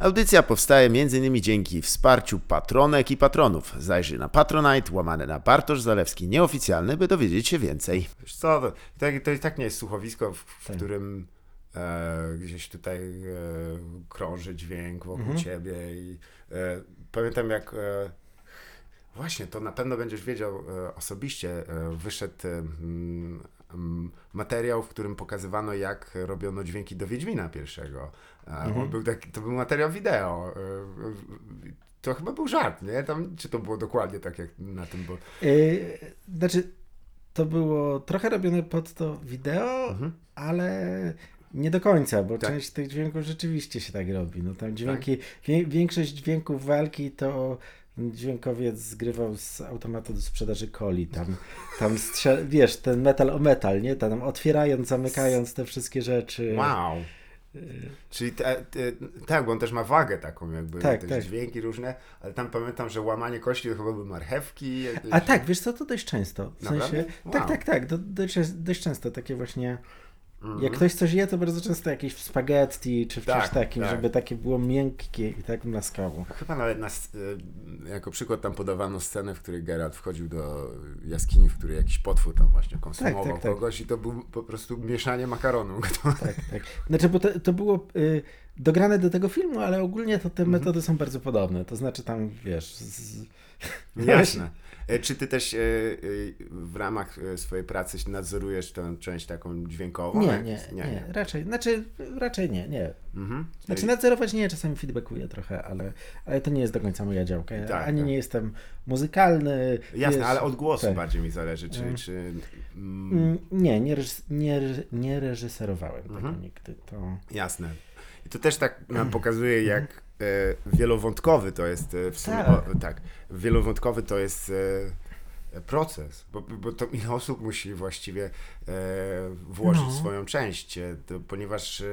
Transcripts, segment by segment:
Audycja powstaje m.in. dzięki wsparciu patronek i patronów. Zajrzyj na Patronite, łamane na Bartosz Zalewski nieoficjalny, by dowiedzieć się więcej. Wiesz co, to i tak nie jest słuchowisko, w którym gdzieś tutaj krąży dźwięk wokół ciebie i pamiętam jak właśnie, to na pewno będziesz wiedział osobiście, wyszedł materiał, w którym pokazywano, jak robiono dźwięki do Wiedźmina pierwszego. To był materiał wideo. To chyba był żart, nie? Czy to było dokładnie tak, jak na tym było? Znaczy, to było trochę robione pod to wideo, ale nie do końca, bo część tych dźwięków rzeczywiście się tak robi. No tam dźwięki, większość dźwięków walki to dźwiękowiec zgrywał z automatu do sprzedaży coli. Tam wiesz, ten metal o metal, nie? Tam otwierając, zamykając te wszystkie rzeczy. Wow. Czyli tak, bo on też ma wagę taką, jakby też dźwięki różne, ale tam pamiętam, że łamanie kości to chyba były marchewki. A tak, wiesz co, to dość często. W sensie, wow. Tak, dość często takie właśnie. Jak ktoś coś je, to bardzo często jakieś spaghetti, czy w czymś takim, żeby takie było miękkie i tak mlaskało. Chyba nawet jako przykład tam podawano scenę, w której Geralt wchodził do jaskini, w której jakiś potwór tam właśnie konsumował kogoś i to był po prostu mieszanie makaronu. Tak. Znaczy, bo to było dograne do tego filmu, ale ogólnie to te metody są bardzo podobne. To znaczy tam, wiesz... Jasne. Czy ty też w ramach swojej pracy nadzorujesz tę część taką dźwiękową? Nie. Raczej nie. Znaczy nadzorować nie, czasami feedbackuję trochę, ale to nie jest do końca moja działka. Ani nie jestem muzykalny. Jasne, ale od głosu bardziej mi zależy. Nie reżyserowałem tego nigdy. Jasne. I to też tak nam pokazuje, jak wielowątkowy to jest w sumie, wielowątkowy to jest proces, bo to ile osób musi właściwie włożyć swoją część, ponieważ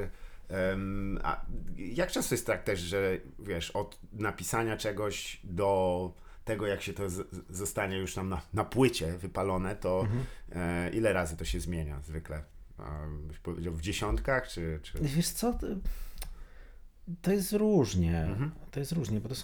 jak często jest tak też, że wiesz, od napisania czegoś do tego, jak się to zostanie już tam na płycie wypalone, to ile razy to się zmienia zwykle? Byś powiedział w dziesiątkach, czy... Wiesz co, to jest różnie. To jest różnie, bo to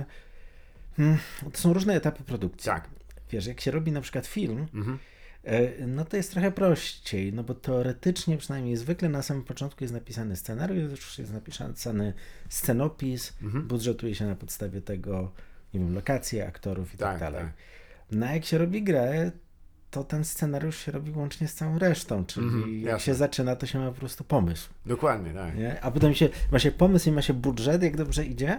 są różne etapy produkcji. Tak. Wiesz, jak się robi na przykład film, no to jest trochę prościej, no bo teoretycznie przynajmniej zwykle na samym początku jest napisany scenariusz, jest napisany scenopis, budżetuje się na podstawie tego, nie wiem, lokacje, aktorów i tak dalej. No a jak się robi grę, to ten scenariusz się robi łącznie z całą resztą, czyli jak się zaczyna, to się ma po prostu pomysł. Dokładnie, tak. Nie? A potem ma się pomysł i ma się budżet, jak dobrze idzie,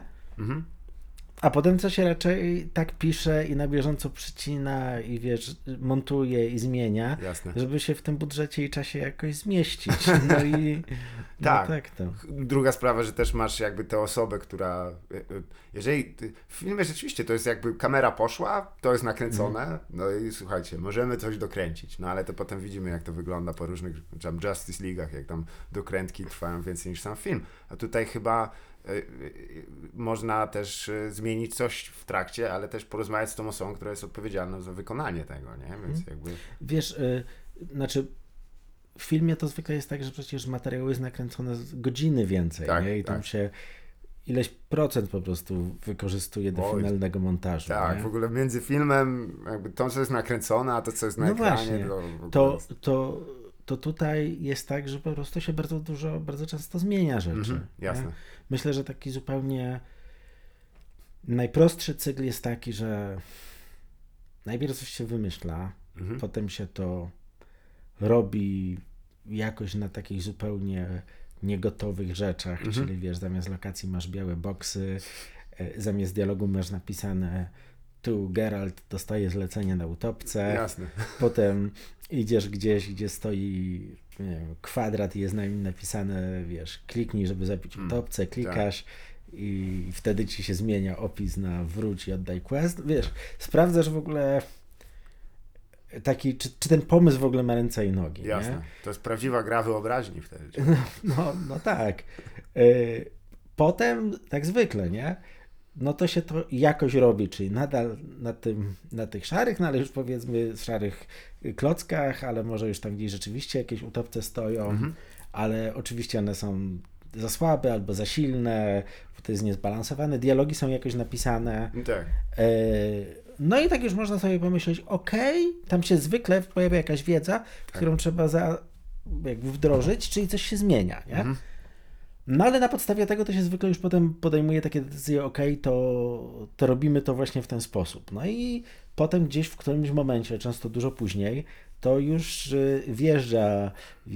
a potem co się raczej tak pisze i na bieżąco przycina i wiesz, montuje i zmienia, żeby się w tym budżecie i czasie jakoś zmieścić. No i tak to. Druga sprawa, że też masz jakby tę osobę, która jeżeli w filmie rzeczywiście to jest jakby kamera poszła, to jest nakręcone, no i słuchajcie, możemy coś dokręcić, no ale to potem widzimy, jak to wygląda po różnych tam Justice League'ach, jak tam dokrętki trwają więcej niż sam film, a tutaj chyba można też zmienić coś w trakcie, ale też porozmawiać z tą osobą, która jest odpowiedzialna za wykonanie tego, nie? Więc jakby... Wiesz, znaczy w filmie to zwykle jest tak, że przecież materiał jest nakręcone z godziny więcej, nie? I tam się ileś procent po prostu wykorzystuje do finalnego montażu. Tak, nie? w ogóle między filmem, jakby to, co jest nakręcone, a to, co jest na ekranie. Właśnie. To tutaj jest tak, że po prostu się bardzo często zmienia rzeczy. Jasne. Myślę, że taki zupełnie najprostszy cykl jest taki, że najpierw coś się wymyśla, potem się to robi jakoś na takich zupełnie niegotowych rzeczach, czyli wiesz, zamiast lokacji masz białe boksy, zamiast dialogu masz napisane tu Geralt dostaje zlecenie na utopcę. Jasne. Potem idziesz gdzieś, gdzie stoi nie wiem, kwadrat i jest na nim napisane, wiesz, kliknij, żeby zabić utopcę, klikasz i wtedy ci się zmienia opis na wróć i oddaj quest. Wiesz, sprawdzasz w ogóle taki, czy ten pomysł w ogóle ma ręce i nogi. Jasne. Nie? To jest prawdziwa gra wyobraźni wtedy. No tak. Potem, tak zwykle, nie? No to się to jakoś robi, czyli nadal na tych szarych, no ale już powiedzmy szarych klockach, ale może już tam gdzieś rzeczywiście jakieś utopce stoją, ale oczywiście one są za słabe albo za silne, bo to jest niezbalansowane, dialogi są jakoś napisane. Tak. No i tak już można sobie pomyśleć, tam się zwykle pojawia jakaś wiedza, którą trzeba jakby wdrożyć, czyli coś się zmienia, nie? No ale na podstawie tego to się zwykle już potem podejmuje takie decyzje, to robimy to właśnie w ten sposób. No i potem gdzieś w którymś momencie, często dużo później, to już wjeżdża,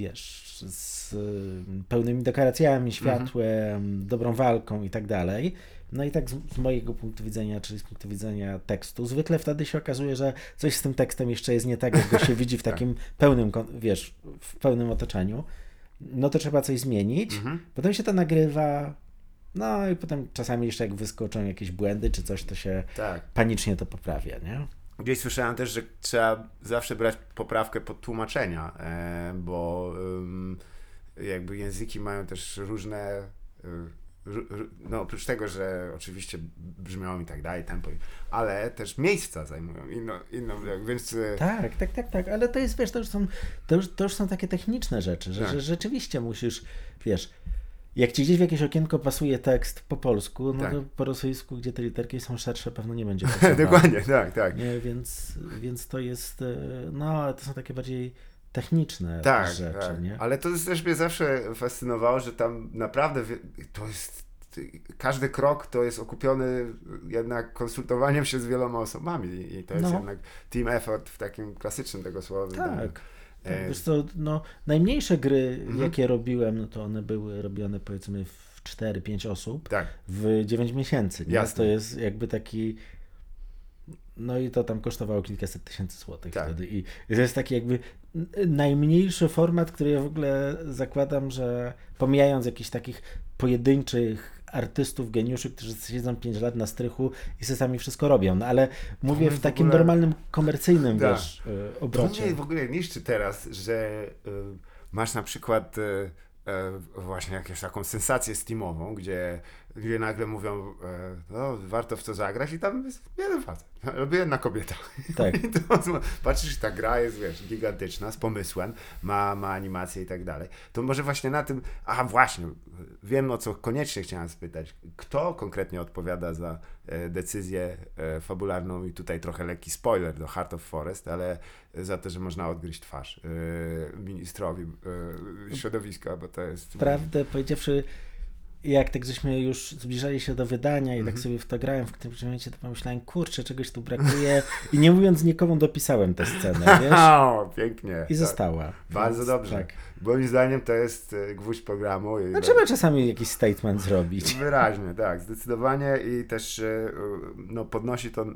z pełnymi dekoracjami, światłem, dobrą walką i tak dalej. No i tak z mojego punktu widzenia, czyli z punktu widzenia tekstu, zwykle wtedy się okazuje, że coś z tym tekstem jeszcze jest nie tak, jak go się widzi w takim pełnym, w pełnym otoczeniu. No to trzeba coś zmienić, potem się to nagrywa, no i potem czasami jeszcze jak wyskoczą jakieś błędy czy coś, to się panicznie to poprawia, nie? Gdzieś słyszałem też, że trzeba zawsze brać poprawkę pod tłumaczenia, bo jakby języki mają też różne, no oprócz tego, że oczywiście brzmią i tak dalej, tempo, ale też miejsca zajmują inną więc... Tak, ale to jest, to już są takie techniczne rzeczy, że rzeczywiście musisz, jak ci gdzieś w jakieś okienko pasuje tekst po polsku, no to po rosyjsku, gdzie te literki są szersze, pewno nie będzie pasować. Dokładnie, tak. Nie, więc to jest, to są takie bardziej techniczne rzeczy, nie? Ale to też mnie zawsze fascynowało, że tam naprawdę to jest, każdy krok to jest okupiony jednak konsultowaniem się z wieloma osobami i to jest jednak team effort w takim klasycznym tego słowa. Tak. Wiesz co, najmniejsze gry, jakie robiłem, no to one były robione powiedzmy w 4-5 osób w 9 miesięcy. Nie? To jest jakby taki... No i to tam kosztowało kilkaset tysięcy złotych wtedy. I to jest taki jakby najmniejszy format, który ja w ogóle zakładam, że pomijając jakichś takich pojedynczych artystów, geniuszy, którzy siedzą 5 lat na strychu i sobie sami wszystko robią. No ale mówię w takim normalnym, komercyjnym obrocie. To mnie w ogóle niszczy teraz, że masz na przykład właśnie jakąś taką sensację Steamową, gdzie nagle mówią, warto w to zagrać i tam jest jeden facet, albo jedna kobieta. Tak. I to, patrzysz, ta gra jest, gigantyczna, z pomysłem, ma animację i tak dalej. To może właśnie na tym, właśnie, wiem, o co koniecznie chciałem spytać. Kto konkretnie odpowiada za decyzję fabularną i tutaj trochę lekki spoiler do Heart of Forest, ale za to, że można odgryźć twarz ministrowi środowiska, bo to jest... Prawdę powiedziawszy, jak tak żeśmy już zbliżali się do wydania i tak sobie w to grałem, w którymś momencie to pomyślałem, kurczę, czegoś tu brakuje i nie mówiąc nikomu dopisałem tę scenę, wiesz? Pięknie. I została. Bardzo dobrze. Tak. Moim zdaniem to jest gwóźdź programu. Trzeba czasami jakiś statement zrobić. Wyraźnie, tak, zdecydowanie i też podnosi to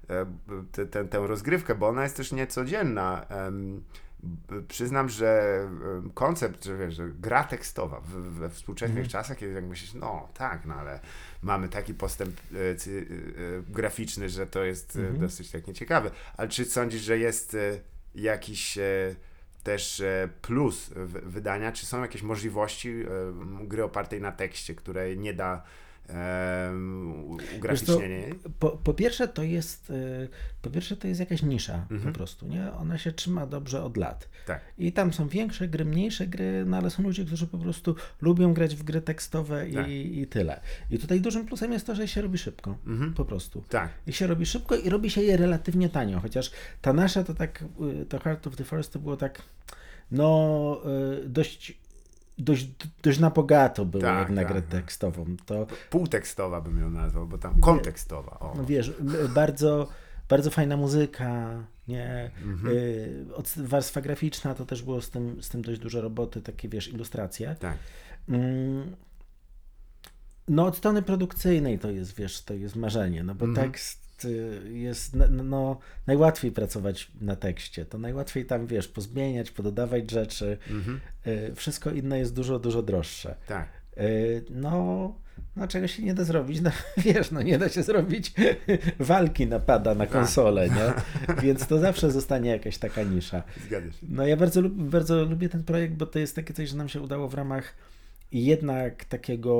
tę rozgrywkę, bo ona jest też niecodzienna. Przyznam, że koncept, że gra tekstowa we współczesnych czasach, kiedy jak myślisz, ale mamy taki postęp graficzny, że to jest dosyć tak nieciekawe. Ale czy sądzisz, że jest jakiś też plus wydania? Czy są jakieś możliwości gry opartej na tekście, której nie da ugraficznienie? Po pierwsze to jest jakaś nisza po prostu, nie? Ona się trzyma dobrze od lat. Tak. I tam są większe gry, mniejsze gry, ale są ludzie, którzy po prostu lubią grać w gry tekstowe i tyle. I tutaj dużym plusem jest to, że się robi szybko. Po prostu. Tak. I się robi szybko i robi się je relatywnie tanio, chociaż ta nasza to Heart of the Forest to było tak dość na bogato było jak na grę tekstową. To półtekstowa bym ją nazwał, bo tam kontekstowa. Wiesz, bardzo, bardzo fajna muzyka, nie? Warstwa graficzna, to też było z tym dość dużo roboty, takie ilustracje. Tak. Od strony produkcyjnej to jest marzenie, bo tekst jest, najłatwiej pracować na tekście, to najłatwiej tam, pozmieniać, pododawać rzeczy, wszystko inne jest dużo, dużo droższe. Tak. Czego się nie da zrobić, nie da się zrobić walki napada na konsolę, nie? Więc to zawsze zostanie jakaś taka nisza. Zgadza się. Ja bardzo lubię ten projekt, bo to jest takie coś, że nam się udało w ramach jednak takiego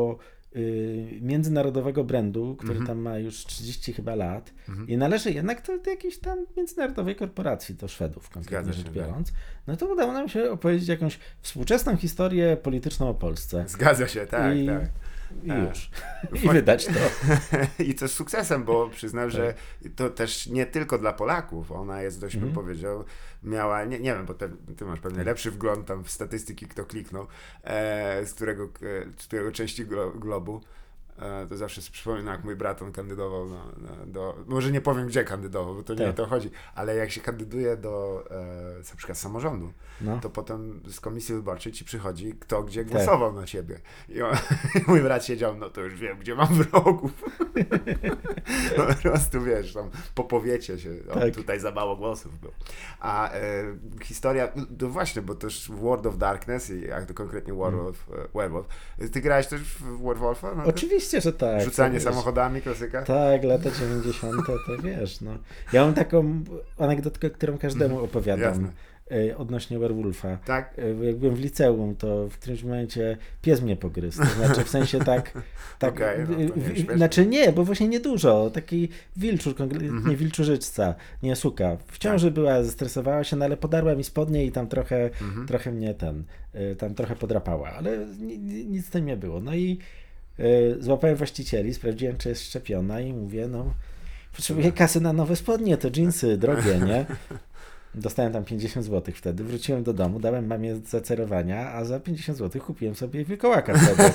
międzynarodowego brandu, który tam ma już 30 chyba lat i należy jednak do jakiejś tam międzynarodowej korporacji, do Szwedów konkretnie rzecz biorąc, no to udało nam się opowiedzieć jakąś współczesną historię polityczną o Polsce. Zgadza się, tak. I już. I wydać to. I to z sukcesem, bo przyznam, że to też nie tylko dla Polaków. Ona jest dość, bym powiedział, miała, nie wiem, bo ty masz pewnie lepszy wgląd tam w statystyki, kto kliknął, z którego części globu. To zawsze przypomina, jak mój brat, on kandydował może nie powiem, gdzie kandydował, bo to nie o to chodzi, ale jak się kandyduje do na przykład samorządu, to potem z komisji wyborczej ci przychodzi, kto gdzie głosował na ciebie. I mój brat siedział, no to już wiem, gdzie mam wrogów. Po prostu wiesz, tam po powiecie się, tutaj za mało głosów było. A historia, no właśnie, bo też World of Darkness i jak to konkretnie World of Werewolf. Ty grałeś też w Werewolfa? No, oczywiście, że tak. Rzucanie samochodami, klasyka? Tak, lata 90. to wiesz, no. Ja mam taką anegdotkę, którą każdemu opowiadam odnośnie Werewolfa. Tak? Jak byłem w liceum, to w którymś momencie pies mnie pogryzł. To znaczy w sensie tak okay, no znaczy nie, bo właśnie niedużo. Taki wilczur, nie wilczurzycka, nie suka. W ciąży była, zestresowała się, no ale podarła mi spodnie i tam trochę mnie tam trochę podrapała, ale nic z tym nie było. No i złapałem właścicieli, sprawdziłem, czy jest szczepiona i mówię, no potrzebuję kasy na nowe spodnie, to dżinsy drogie, nie? Dostałem tam 50 zł wtedy, wróciłem do domu, dałem mamie zacerowania, a za 50 zł kupiłem sobie wilkołaka wtedy.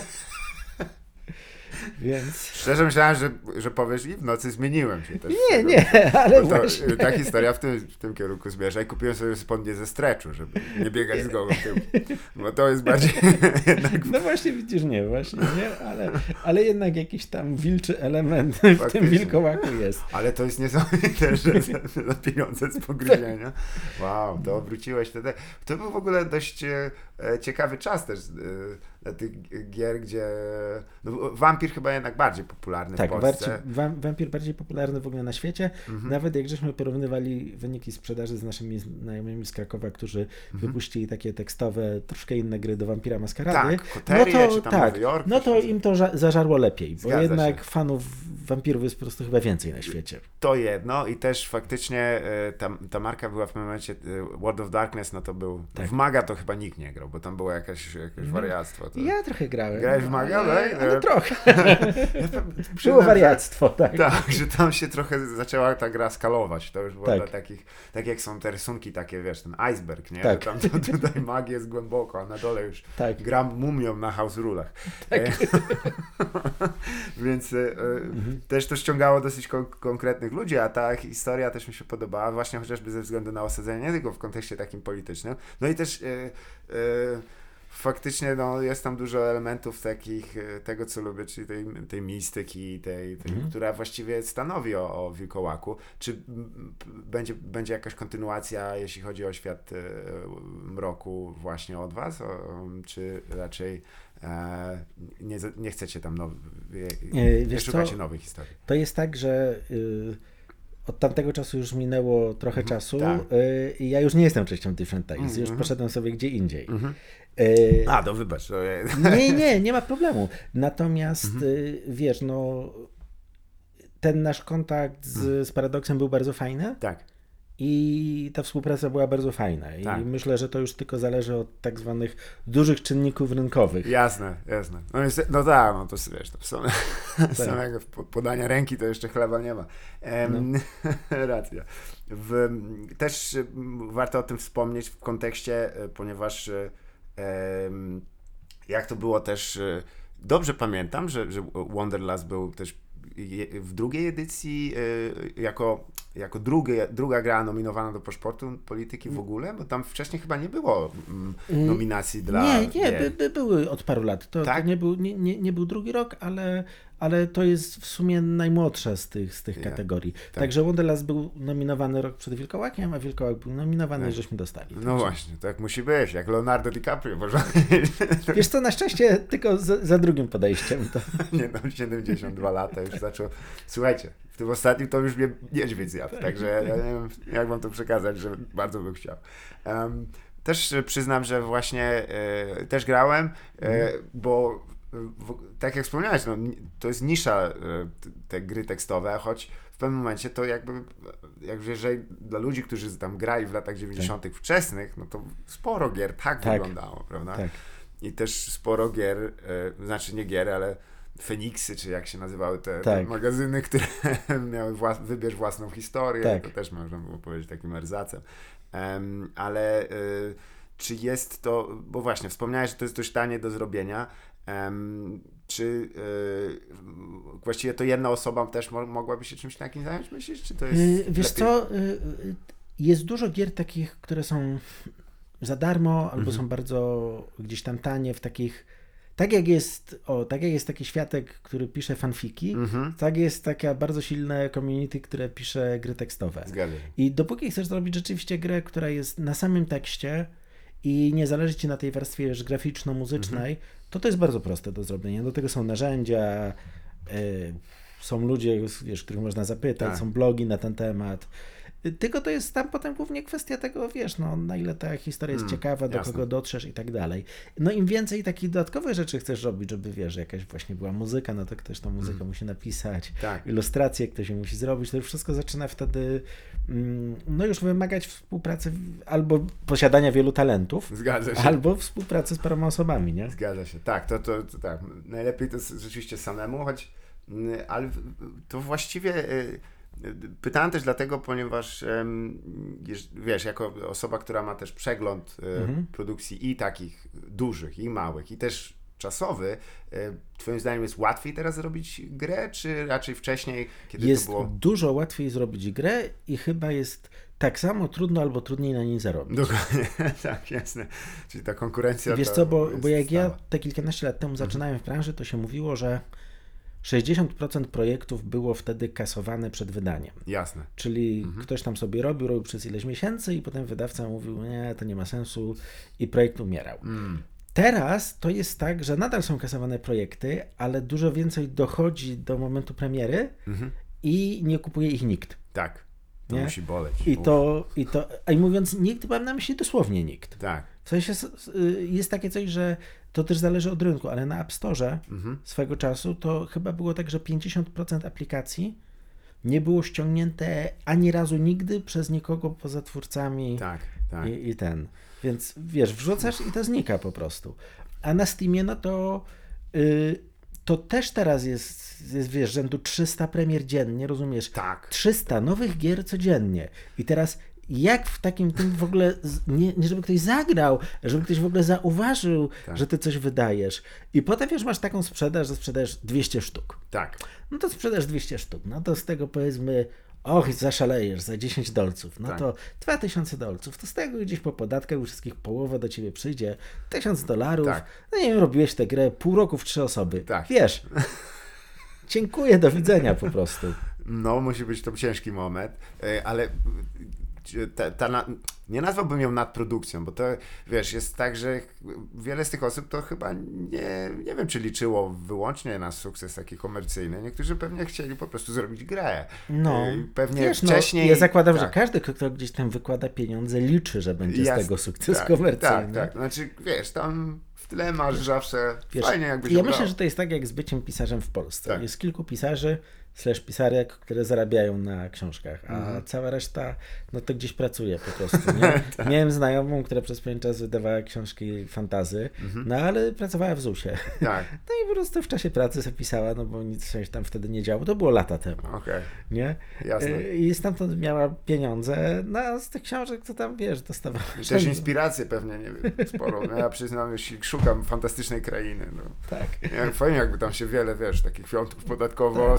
Więc... Szczerze myślałem, że powiesz i w nocy zmieniłem się też. Nie, ale właśnie. Ta historia w tym kierunku zmierza i kupiłem sobie spodnie ze stretchu, żeby nie biegać z gołą tyłkiem. Bo to jest bardziej jednak... No właśnie widzisz, nie, ale jednak jakiś tam wilczy element w tym wilkołaku jest. Ale to jest niesamowite, że za pieniądze z pogryzienia. Wow, to wróciłeś wtedy. To był w ogóle dość ciekawy czas też tych gier, gdzie Wampir chyba jednak bardziej popularny w Polsce. Wampir bardziej popularny w ogóle na świecie. Nawet jak żeśmy porównywali wyniki sprzedaży z naszymi znajomymi z Krakowa, którzy wypuścili takie tekstowe, troszkę inne gry do Wampira Maskarady, no to im to zażarło lepiej, bo jednak fanów wampirów jest po prostu chyba więcej na świecie. To jedno i też faktycznie ta marka była w pewnym momencie World of Darkness, no to był w Maga to chyba nikt nie grał, bo tam było jakieś wariactwo. To... Ja trochę grałem. Grałeś w Maga? Ale trochę. Było wariactwo, tak. Tak, że tam się trochę zaczęła ta gra skalować. To już było dla takich, tak jak są te rysunki takie, wiesz, ten iceberg, nie? Tak. Tam tutaj mag jest głęboko, a na dole już gram mumią na house rulach. Tak. Więc też to ściągało dosyć konkretnych ludzi, a ta historia też mi się podobała, właśnie chociażby ze względu na osadzenie, nie tylko w kontekście takim politycznym. No i też faktycznie jest tam dużo elementów takich, tego co lubię, czyli tej mistyki, która właściwie stanowi o wilkołaku. Czy będzie jakaś kontynuacja, jeśli chodzi o świat mroku właśnie od was, czy raczej nie chcecie tam nie szukacie nowych historii? To jest tak, że od tamtego czasu już minęło trochę czasu i ja już nie jestem częścią Different Tales, już poszedłem sobie gdzie indziej. To wybacz. To nie ma problemu. Natomiast wiesz, ten nasz kontakt z Paradoksem był bardzo fajny. Tak. I ta współpraca była bardzo fajna. I myślę, że to już tylko zależy od tak zwanych dużych czynników rynkowych. Jasne. To wiesz, to samego podania ręki to jeszcze chleba nie ma. Racja. Też warto o tym wspomnieć w kontekście, ponieważ jak to było też, dobrze pamiętam, że Wanderlust był też w drugiej edycji jako druga gra nominowana do paszportu polityki w ogóle, bo tam wcześniej chyba nie było nominacji dla... Nie, były od paru lat. To nie był drugi rok, ale to jest w sumie najmłodsza z tych kategorii. Tak. Także Wanderlust był nominowany rok przed Wilkołakiem, a Wilkołak był nominowany i żeśmy dostali. No właśnie, tak musi być, jak Leonardo DiCaprio. Wiesz co, na szczęście tylko za drugim podejściem. To... Nie, 72 lata już zaczął. Słuchajcie, w tym ostatnim to już mnie niedźwiedź zjadł, także ja nie wiem, jak wam to przekazać, że bardzo bym chciał. Też przyznam, że właśnie też grałem, bo tak jak wspomniałeś, no, to jest nisza te gry tekstowe, choć w pewnym momencie to jakby jeżeli dla ludzi, którzy tam grali w latach 90. wczesnych, no to sporo gier tak wyglądało, prawda? Tak. I też sporo gier, znaczy nie gier, ale Feniksy, czy jak się nazywały te magazyny, które miały wybierz własną historię, to też można było powiedzieć takim erzacem. Ale czy jest to, bo właśnie wspomniałeś, że to jest dość tanie do zrobienia, czy właściwie to jedna osoba też mogłaby się czymś takim zająć, myślisz? Czy to jest wiesz lepiej? Co, jest dużo gier takich, które są za darmo, albo są bardzo gdzieś tam tanie w takich, tak jak jest taki światek, który pisze fanfiki, tak jest taka bardzo silne community, które pisze gry tekstowe. Zgadzam. I dopóki chcesz zrobić rzeczywiście grę, która jest na samym tekście i nie zależy ci na tej warstwie graficzno-muzycznej, to jest bardzo proste do zrobienia. Do tego są narzędzia, są ludzie, których można zapytać, są blogi na ten temat. Tylko to jest tam potem głównie kwestia tego, na ile ta historia jest ciekawa, do kogo dotrzesz i tak dalej. No im więcej takich dodatkowych rzeczy chcesz robić, żeby, jakaś właśnie była muzyka, no to ktoś tą muzykę musi napisać, ilustrację ktoś ją musi zrobić, to już wszystko zaczyna wtedy już wymagać współpracy albo posiadania wielu talentów, albo współpracy z paroma osobami, nie? Zgadza się, tak, to tak. Najlepiej to jest rzeczywiście samemu, ale to właściwie... Pytałem też dlatego, ponieważ jako osoba, która ma też przegląd produkcji i takich dużych, i małych, i też czasowy, twoim zdaniem jest łatwiej teraz zrobić grę, czy raczej wcześniej, kiedy jest to było... Jest dużo łatwiej zrobić grę i chyba jest tak samo trudno albo trudniej na niej zarobić. Dokładnie, tak, jasne. Czyli ta konkurencja... Wiesz co, bo jak ja te kilkanaście lat temu zaczynałem w branży, to się mówiło, że 60% projektów było wtedy kasowane przed wydaniem. Jasne. Czyli ktoś tam sobie robił przez ileś miesięcy i potem wydawca mówił, nie, to nie ma sensu i projekt umierał. Teraz to jest tak, że nadal są kasowane projekty, ale dużo więcej dochodzi do momentu premiery i nie kupuje ich nikt. Tak, to musi boleć. I mówiąc nikt, mam na myśli dosłownie nikt. Tak. W sensie jest takie coś, że to też zależy od rynku, ale na App Store swego czasu to chyba było tak, że 50% aplikacji nie było ściągnięte ani razu nigdy przez nikogo poza twórcami. Tak. I ten. Więc wrzucasz i to znika po prostu. A na Steamie, no to też teraz jest rzędu 300 premier dziennie, rozumiesz? Tak. 300 nowych gier codziennie. I teraz jak w takim tym w ogóle, nie żeby ktoś zagrał, żeby ktoś w ogóle zauważył, że ty coś wydajesz. I potem masz taką sprzedaż, że sprzedajesz 200 sztuk. Tak. No to sprzedasz 200 sztuk. No to z tego powiedzmy, zaszalejesz za $10. No to $2000. To z tego gdzieś po podatkach u wszystkich połowa do ciebie przyjdzie. $1000. Tak. No nie wiem, robiłeś tę grę pół roku w 3 osoby. Tak. Wiesz. Dziękuję, do widzenia po prostu. No, musi być to ciężki moment, ale nie nazwałbym ją nadprodukcją, bo to, jest tak, że wiele z tych osób to chyba nie wiem, czy liczyło wyłącznie na sukces taki komercyjny. Niektórzy pewnie chcieli po prostu zrobić grę. No, pewnie wcześniej... ja zakładam, że każdy, kto gdzieś tam wykłada pieniądze, liczy, że będzie z tego sukces komercyjny. Tak. Znaczy, tam w tyle masz zawsze fajnie jakby się Ja myślę, że to jest tak jak z byciem pisarzem w Polsce. Tak. Jest kilku pisarzy, /pisarek, które zarabiają na książkach, a cała reszta, no to gdzieś pracuje po prostu, nie? Tak. Miałem znajomą, która przez pewien czas wydawała książki fantasy, no ale pracowała w ZUS-ie. Tak. No i po prostu w czasie pracy sobie pisała, no bo nic się tam wtedy nie działo, to było lata temu. Okej. Nie? Jasne. I stamtąd miała pieniądze, no a z tych książek to tam, dostawała. Też inspirację pewnie, nie wiem, sporo. No ja przyznam, jeśli szukam fantastycznej krainy, no. Tak. Fajnie jakby tam się wiele, takich fiątków podatkowo,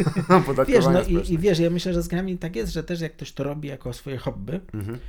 ja myślę, że z grami tak jest, że też jak ktoś to robi jako swoje hobby,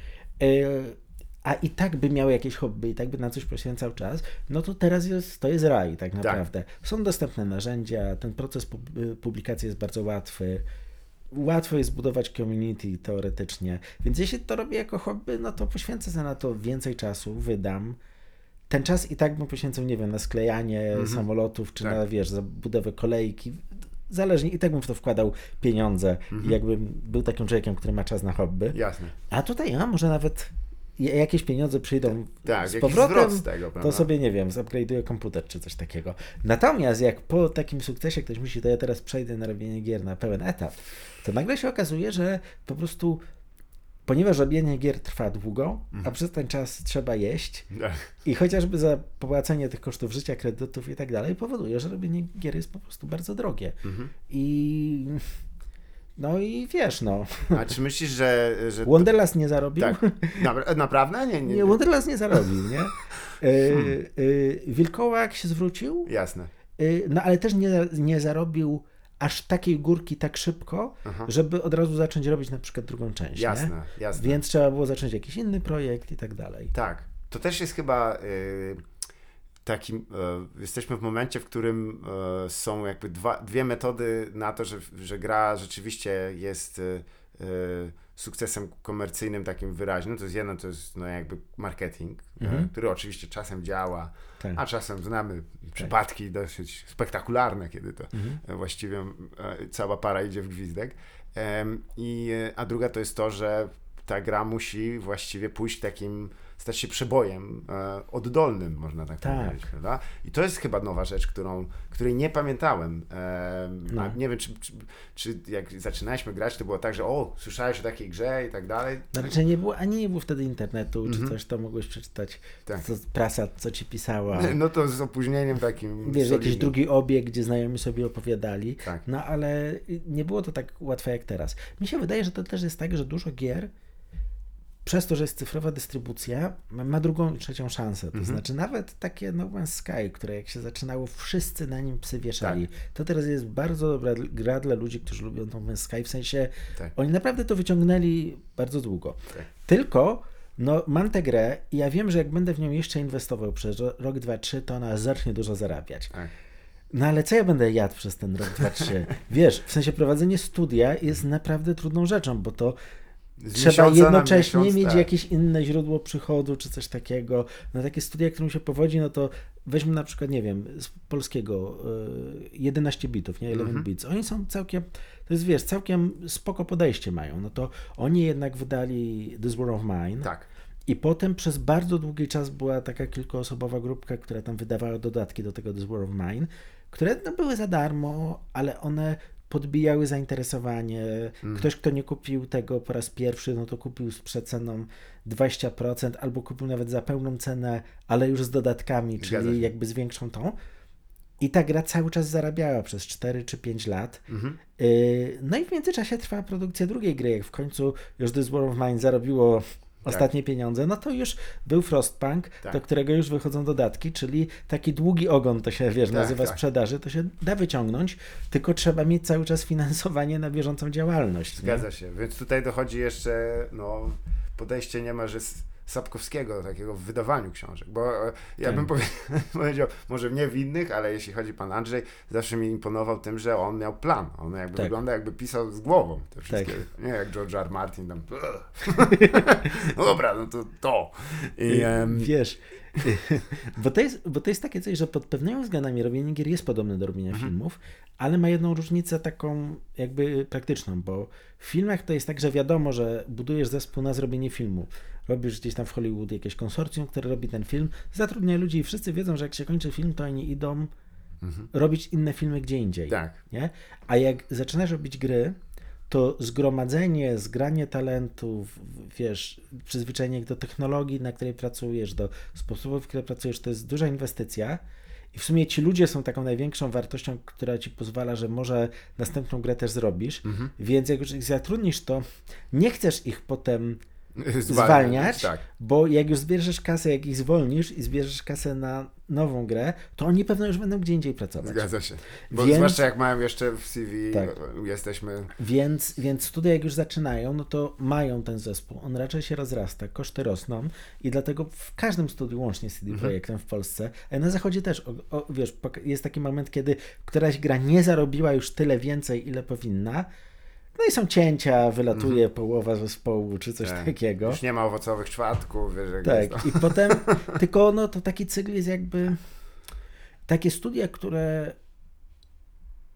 a i tak by miał jakieś hobby i tak by na coś poświęcał czas, no to teraz to jest raj tak naprawdę. Są dostępne narzędzia, ten proces publikacji jest bardzo łatwy. Łatwo jest zbudować community teoretycznie, więc jeśli to robię jako hobby, no to poświęcę sobie na to więcej czasu, wydam. Ten czas i tak bym poświęcał, nie wiem, na sklejanie samolotów, czy na, zabudowę kolejki. Zależnie, i tak bym w to wkładał pieniądze i jakbym był takim człowiekiem, który ma czas na hobby. Jasne. A tutaj, może nawet jakieś pieniądze przyjdą tak, z jakiś powrotem, zwrot z tego, to sobie, nie wiem, zupgrade'uję komputer czy coś takiego. Natomiast jak po takim sukcesie ktoś myśli, to ja teraz przejdę na robienie gier na pełen etat, to nagle się okazuje, że po prostu ponieważ robienie gier trwa długo, a przez ten czas trzeba jeść i chociażby za popłacenie tych kosztów życia, kredytów i tak dalej, powoduje, że robienie gier jest po prostu bardzo drogie. I no i wiesz, no. A czy myślisz, że Wonderlast nie zarobił? Tak. Naprawdę? Nie. Wonderlast nie zarobił, nie? Wilkołak się zwrócił. Jasne. No ale też nie zarobił aż takiej górki tak szybko, żeby od razu zacząć robić na przykład drugą część. Jasne. Więc trzeba było zacząć jakiś inny projekt i tak dalej. Tak. To też jest chyba takim, jesteśmy w momencie, w którym są jakby dwie metody na to, że gra rzeczywiście jest sukcesem komercyjnym takim wyraźnym. To jest jedno, to jest no jakby marketing, który oczywiście czasem działa, a czasem znamy przypadki dosyć spektakularne, kiedy to właściwie cała para idzie w gwizdek. A druga to jest to, że ta gra musi właściwie pójść takim, stać się przebojem oddolnym, można tak powiedzieć, prawda? I to jest chyba nowa rzecz, której nie pamiętałem. Nie wiem, czy jak zaczynaliśmy grać, to było tak, że słyszałeś o takiej grze i tak dalej. No raczej nie było wtedy internetu, czy coś, to mogłeś przeczytać, prasa, co ci pisała. No to z opóźnieniem takim. Wiesz, jakiś drugi obieg, gdzie znajomi sobie opowiadali. Tak. No ale nie było to tak łatwe jak teraz. Mi się wydaje, że to też jest tak, że dużo gier przez to, że jest cyfrowa dystrybucja, ma drugą i trzecią szansę. To znaczy nawet takie No Man's Sky, które jak się zaczynało, wszyscy na nim psy wieszali. To teraz jest bardzo dobra gra dla ludzi, którzy lubią No Man's Sky, w sensie oni naprawdę to wyciągnęli bardzo długo. Tylko mam tę grę i ja wiem, że jak będę w nią jeszcze inwestował przez rok, 2, 3, to ona zacznie dużo zarabiać. No ale co ja będę jadł przez ten rok, 2, 3? Wiesz, w sensie prowadzenie studia jest naprawdę trudną rzeczą, bo to trzeba jednocześnie mieć jakieś inne źródło przychodu, czy coś takiego. No takie studia, którym się powodzi, no to weźmy na przykład, nie wiem, z polskiego 11 bitów, nie? 11 bits. Oni są całkiem, to jest, wiesz, całkiem spoko podejście mają. No to oni jednak wydali This War of Mine. Tak. I potem przez bardzo długi czas była taka kilkuosobowa grupka, która tam wydawała dodatki do tego This War of Mine, które były za darmo, ale one podbijały zainteresowanie. Ktoś, kto nie kupił tego po raz pierwszy, no to kupił z przeceną 20%, albo kupił nawet za pełną cenę, ale już z dodatkami, czyli jakby z większą tą. I ta gra cały czas zarabiała przez 4 czy 5 lat. No i w międzyczasie trwała produkcja drugiej gry. Jak w końcu już This War of Mine zarobiło ostatnie pieniądze, no to już był Frostpunk, do którego już wychodzą dodatki, czyli taki długi ogon to się, wiesz, nazywa sprzedaży, to się da wyciągnąć, tylko trzeba mieć cały czas finansowanie na bieżącą działalność. Zgadza się, więc tutaj dochodzi jeszcze podejście niemalże Sapkowskiego, takiego w wydawaniu książek, bo ja bym powiedział, może nie w innych, ale jeśli chodzi pan Andrzej, zawsze mi imponował tym, że on miał plan. On jakby wygląda, jakby pisał z głową te wszystkie, nie jak George R. Martin tam no dobra, no to. I, wiesz, bo to jest takie coś, że pod pewnymi względami robienie gier jest podobne do robienia filmów, ale ma jedną różnicę taką jakby praktyczną, bo w filmach to jest tak, że wiadomo, że budujesz zespół na zrobienie filmu. Robisz gdzieś tam w Hollywood jakieś konsorcjum, które robi ten film, zatrudnia ludzi i wszyscy wiedzą, że jak się kończy film, to oni idą robić inne filmy gdzie indziej. Tak. Nie? A jak zaczynasz robić gry, to zgromadzenie, zgranie talentów, wiesz, przyzwyczajenie do technologii, na której pracujesz, do sposobów, w których pracujesz, to jest duża inwestycja i w sumie ci ludzie są taką największą wartością, która ci pozwala, że może następną grę też zrobisz, więc jak już ich zatrudnisz, to nie chcesz ich potem zwalniać, bo jak już zbierzesz kasę, jak ich zwolnisz i zbierzesz kasę na nową grę, to oni pewno już będą gdzie indziej pracować. Zgadza się. Bo zwłaszcza jak mają jeszcze w CV, jesteśmy... Więc studia jak już zaczynają, no to mają ten zespół. On raczej się rozrasta, koszty rosną i dlatego w każdym studiu, łącznie z CD Projektem w Polsce, a na zachodzie też, wiesz, jest taki moment, kiedy któraś gra nie zarobiła już tyle więcej, ile powinna, no i są cięcia, wylatuje połowa zespołu, czy coś takiego. Już nie ma owocowych czwartków, wiesz, jak tak, i potem, tylko to taki cykl jest jakby, takie studia, które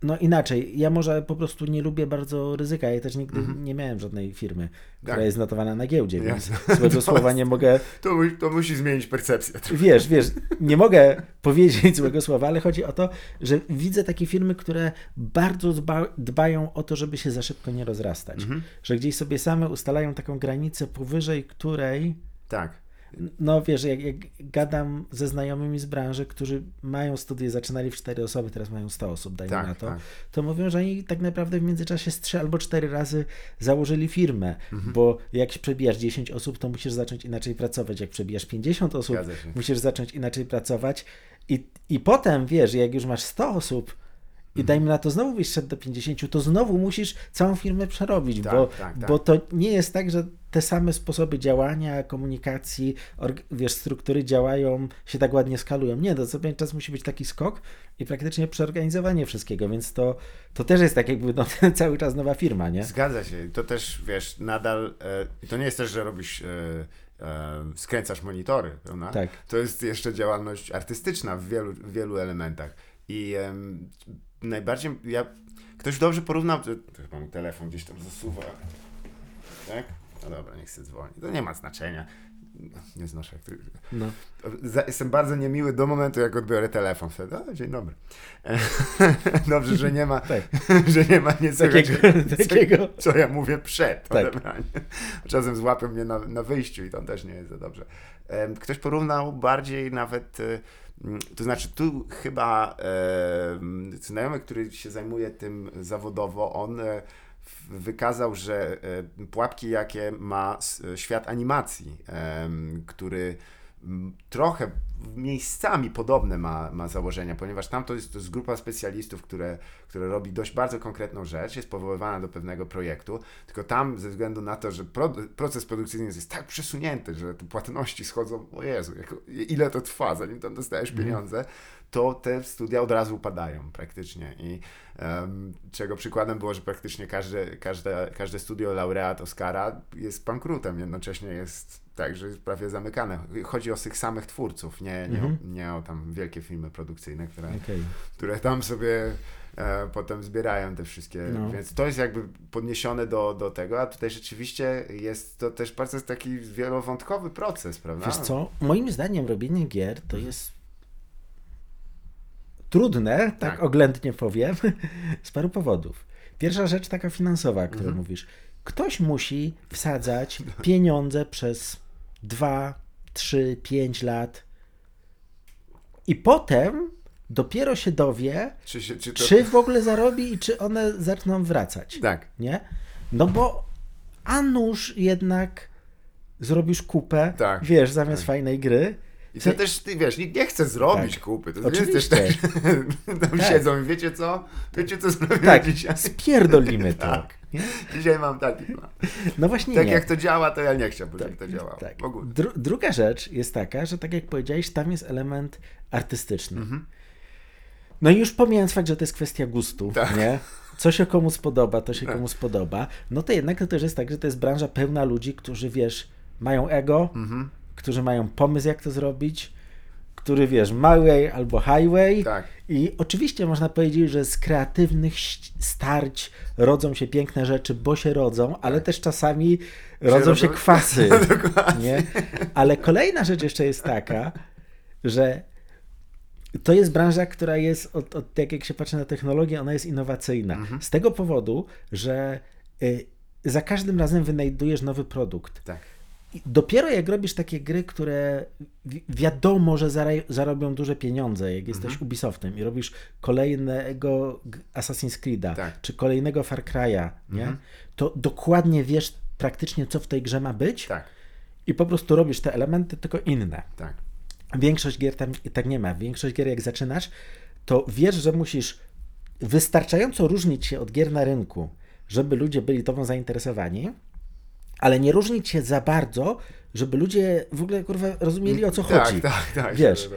No inaczej, ja może po prostu nie lubię bardzo ryzyka, ja też nigdy nie miałem żadnej firmy, która jest notowana na giełdzie, więc złego słowa nie mogę... To musi zmienić percepcję. Wiesz, nie mogę powiedzieć złego słowa, ale chodzi o to, że widzę takie firmy, które bardzo dbają o to, żeby się za szybko nie rozrastać. Że gdzieś sobie same ustalają taką granicę, powyżej której... Tak. No wiesz, jak gadam ze znajomymi z branży, którzy mają studia, zaczynali w 4 osoby, teraz mają 100 osób, dajmy na to, to mówią, że oni tak naprawdę w międzyczasie z 3 albo 4 razy założyli firmę, bo jak przebijasz 10 osób, to musisz zacząć inaczej pracować. Jak przebijasz 50 osób, musisz zacząć inaczej pracować i potem, wiesz, jak już masz 100 osób i dajmy na to znowu byś szedł do 50, to znowu musisz całą firmę przerobić, bo to nie jest tak, że te same sposoby działania, komunikacji, wiesz, struktury działają, się tak ładnie skalują. Nie, to co pewien czas musi być taki skok i praktycznie przeorganizowanie wszystkiego, więc to też jest tak jakby cały czas nowa firma, nie? Zgadza się. To też, wiesz, nadal, to nie jest też, że robisz... skręcasz monitory, prawda? Tak. To jest jeszcze działalność artystyczna w wielu elementach. I najbardziej ktoś dobrze porównał, to chyba mój telefon gdzieś tam zasuwa, tak? No dobra, niech się dzwoni. To nie ma znaczenia. Nie znoszę. No. Jestem bardzo niemiły do momentu, jak odbiorę telefon. Wtedy, dzień dobry. Dobrze, że nie ma, że nie ma nic takiego, co ja mówię przed odebraniem. Czasem złapią mnie na wyjściu i to też nie jest za dobrze. Ktoś porównał bardziej nawet, to znaczy tu chyba znajomy, który się zajmuje tym zawodowo, on wykazał, że pułapki, jakie ma świat animacji, który trochę miejscami podobne ma założenia, ponieważ tam to jest grupa specjalistów, które robi dość bardzo konkretną rzecz, jest powoływana do pewnego projektu, tylko tam ze względu na to, że proces produkcyjny jest tak przesunięty, że te płatności schodzą, o Jezu, ile to trwa, zanim tam dostajesz pieniądze, to te studia od razu upadają praktycznie i czego przykładem było, że praktycznie każde studio laureat Oscara jest bankrutem, jednocześnie jest tak, że jest prawie zamykane. Chodzi o tych samych twórców, nie o tam wielkie filmy produkcyjne, które tam sobie potem zbierają te wszystkie, więc to jest jakby podniesione do tego, a tutaj rzeczywiście jest to też bardzo taki wielowątkowy proces, prawda? Wiesz co, moim zdaniem robienie gier to jest trudne, tak oględnie powiem, z paru powodów. Pierwsza rzecz taka finansowa, o której mówisz. Ktoś musi wsadzać pieniądze przez 2, 3, 5 lat i potem dopiero się dowie, czy w ogóle zarobi i czy one zaczną wracać. Tak. Nie? No bo a nuż jednak zrobisz kupę, wiesz, zamiast fajnej gry. I to też, ty wiesz, nikt nie chce zrobić kupy. To jest też tak, że tam siedzą i wiecie co zrobię dzisiaj? Spierdolimy to. Tak. Dzisiaj mam taki plan. No właśnie tak jak to działa, to ja nie chciałbym, żeby to działało. Tak. Druga rzecz jest taka, że tak jak powiedziałeś, tam jest element artystyczny. No i już pomijając fakt, że to jest kwestia gustu, nie? Co się komu spodoba, to się komu spodoba. No to jednak to też jest tak, że to jest branża pełna ludzi, którzy, wiesz, mają ego, którzy mają pomysł, jak to zrobić, który, wiesz, my way albo highway. Tak. I oczywiście można powiedzieć, że z kreatywnych starć rodzą się piękne rzeczy, bo się rodzą, ale też czasami rodzą się kwasy. Nie? Ale kolejna rzecz jeszcze jest taka, że to jest branża, która jest, tak jak się patrzy na technologię, ona jest innowacyjna. Z tego powodu, że za każdym razem wynajdujesz nowy produkt. Tak. Dopiero jak robisz takie gry, które wiadomo, że zarobią duże pieniądze, jak jesteś Ubisoftem i robisz kolejnego Assassin's Creed'a, czy kolejnego Far Cry'a, nie? To dokładnie wiesz praktycznie, co w tej grze ma być i po prostu robisz te elementy, tylko inne. Tak. Większość gier tam tak nie ma. Większość gier, jak zaczynasz, to wiesz, że musisz wystarczająco różnić się od gier na rynku, żeby ludzie byli tobą zainteresowani, ale nie różnić się za bardzo, żeby ludzie w ogóle, kurwa, rozumieli, o co chodzi. Tak. Wiesz,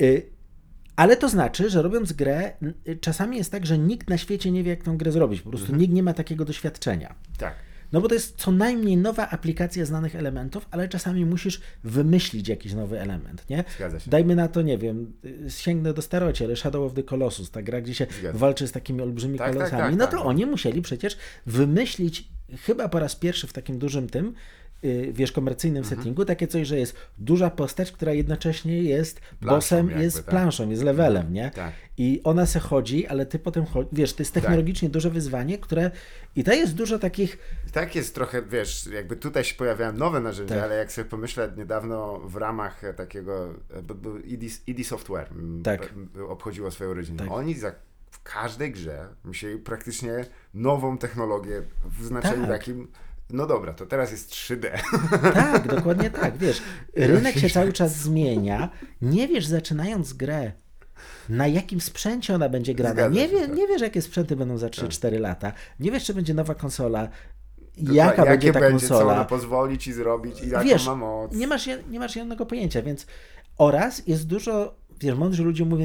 ale to znaczy, że robiąc grę, czasami jest tak, że nikt na świecie nie wie, jak tą grę zrobić. Po prostu nikt nie ma takiego doświadczenia. Tak. No bo to jest co najmniej nowa aplikacja znanych elementów, ale czasami musisz wymyślić jakiś nowy element, nie? Zgadza się. Dajmy na to, nie wiem, sięgnę do staroci, ale Shadow of the Colossus, ta gra, gdzie się walczy z takimi olbrzymimi kolosami, no to oni musieli przecież wymyślić chyba po raz pierwszy w takim dużym tym, wiesz, komercyjnym settingu, takie coś, że jest duża postać, która jednocześnie jest bossem, jest planszą, jest levelem, nie? Tak. I ona se chodzi, ale ty potem wiesz, to jest technologicznie duże wyzwanie, które i to jest dużo takich... Tak jest trochę, wiesz, jakby tutaj się pojawiają nowe narzędzia, ale jak sobie pomyślę, niedawno w ramach takiego ID Software obchodziło swoje urodziny. Tak. Oni w każdej grze musieli praktycznie nową technologię w znaczeniu takim. No dobra, to teraz jest 3D. Tak, dokładnie tak, wiesz. Rynek się cały czas zmienia. Nie wiesz, zaczynając grę, na jakim sprzęcie ona będzie grana. Nie wiesz, jakie sprzęty będą za 3-4 lata. Nie wiesz, czy będzie nowa konsola. Jaka będzie ta konsola. Co ona pozwoli ci zrobić i jaką ma moc. Nie masz żadnego pojęcia, więc oraz jest dużo, wiesz, mądrzy ludzie mówią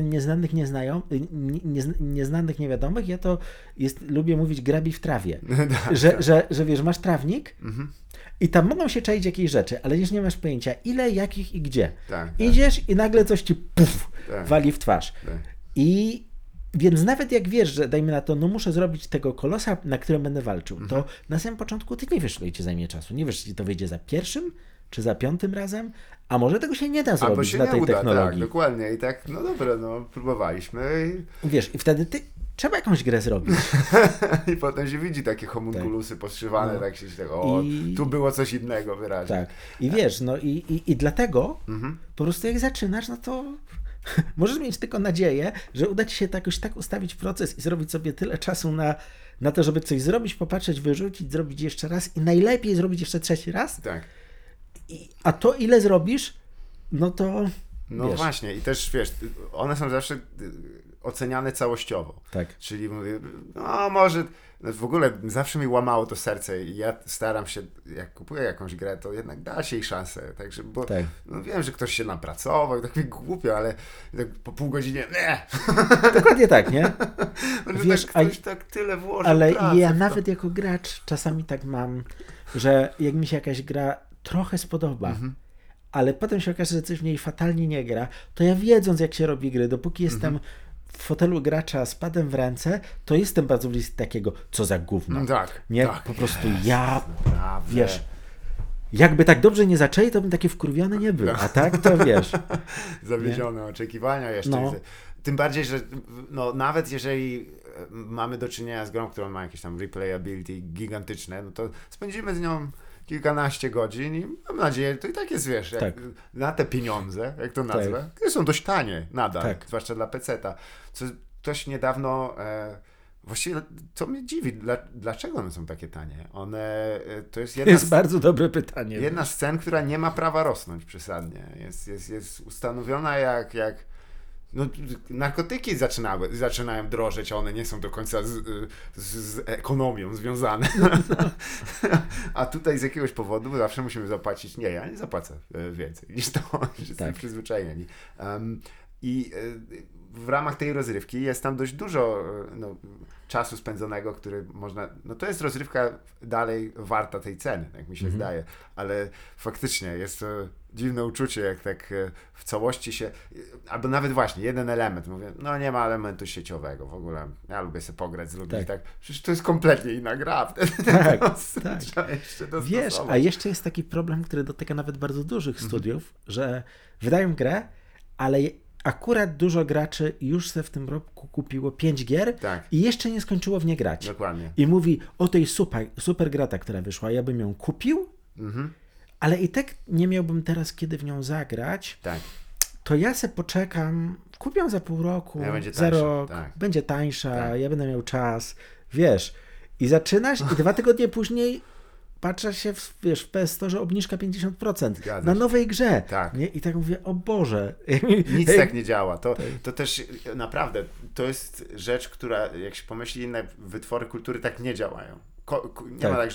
nieznanych, niewiadomych. Ja to lubię mówić grabi w trawie. że wiesz, masz trawnik i tam mogą się czaić jakieś rzeczy, ale już nie masz pojęcia ile, jakich i gdzie. Idziesz i nagle coś ci wali w twarz. I więc nawet jak wiesz, że dajmy na to, no muszę zrobić tego kolosa, na którym będę walczył, to na samym początku ty nie wiesz, ile ci zajmie czasu. Nie wiesz, czy to wyjdzie za pierwszym, czy za 5 razem, a może tego się nie da zrobić na tej technologii. Tak, dokładnie. I tak, no dobra, no próbowaliśmy. Wiesz, i wtedy trzeba jakąś grę zrobić. I potem się widzi takie homunkulusy poszywane, tak się tu było coś innego wyraźnie. Tak. I wiesz, no i dlatego po prostu jak zaczynasz, no to możesz mieć tylko nadzieję, że uda ci się jakoś tak ustawić proces i zrobić sobie tyle czasu na to, żeby coś zrobić, popatrzeć, wyrzucić, zrobić jeszcze raz i najlepiej zrobić jeszcze 3. raz. Tak. A to ile zrobisz, no to no wiesz. Właśnie i też wiesz, one są zawsze oceniane całościowo. Tak. Czyli mówię, no może w ogóle zawsze mi łamało to serce i ja staram się, jak kupuję jakąś grę, to jednak dać jej szansę. Także, bo no wiem, że ktoś się napracował, tak mi głupio, ale tak po pół godzinie Dokładnie tak, nie? Wiesz, ktoś tak tyle włożył ale pracy ja nawet jako gracz czasami tak mam, że jak mi się jakaś gra trochę spodoba, ale potem się okaże, że coś w niej fatalnie nie gra, to ja wiedząc, jak się robi gry, dopóki jestem w fotelu gracza z padem w ręce, to jestem bardzo bliski takiego, co za gówno. Tak. Nie, tak, po prostu wiesz, jakby tak dobrze nie zaczęli, to bym taki wkurwiony nie był, a tak to wiesz. Zawiedzione oczekiwania jeszcze. No. Tym bardziej, że no, nawet jeżeli mamy do czynienia z grą, która ma jakieś tam replayability gigantyczne, no to spędzimy z nią kilkanaście godzin i mam nadzieję, to i tak jest, wiesz, na te pieniądze, jak to nazwę, które są dość tanie nadal, zwłaszcza dla peceta. Ktoś niedawno, właściwie to mnie dziwi, dlaczego one są takie tanie? To jest bardzo dobre pytanie. Jedna z cen, która nie ma prawa rosnąć przesadnie. Jest ustanowiona jak no, narkotyki zaczynają drożeć, one nie są do końca z ekonomią związane. A tutaj z jakiegoś powodu zawsze musimy zapłacić. Nie, ja nie zapłacę więcej niż to, że jestem przyzwyczajeni. I w ramach tej rozrywki jest tam dość dużo czasu spędzonego, który można... No to jest rozrywka dalej warta tej ceny, jak mi się zdaje, ale faktycznie jest to dziwne uczucie, jak tak w całości się... Albo nawet właśnie jeden element, mówię, no nie ma elementu sieciowego w ogóle, ja lubię sobie pograć z ludźmi, tak. Przecież to jest kompletnie inna gra. Tak. Trzeba jeszcze dostosować. Wiesz, a jeszcze jest taki problem, który dotyka nawet bardzo dużych studiów, że wydają grę, ale akurat dużo graczy już se w tym roku kupiło 5 gier i jeszcze nie skończyło w nie grać. Dokładnie. I mówi o tej super gra, ta, która wyszła, ja bym ją kupił, ale i tak nie miałbym teraz kiedy w nią zagrać, to ja se poczekam, kupię za pół roku, za rok, będzie tańsza, ja będę miał czas, wiesz. I zaczynasz i 2 tygodnie później patrzę się w PS Store, że obniżka 50% na nowej grze. Nie? I tak mówię, o Boże. Nic tak nie działa. To też naprawdę, to jest rzecz, która, jak się pomyśli, inne wytwory kultury tak nie działają. Nie ma tak, że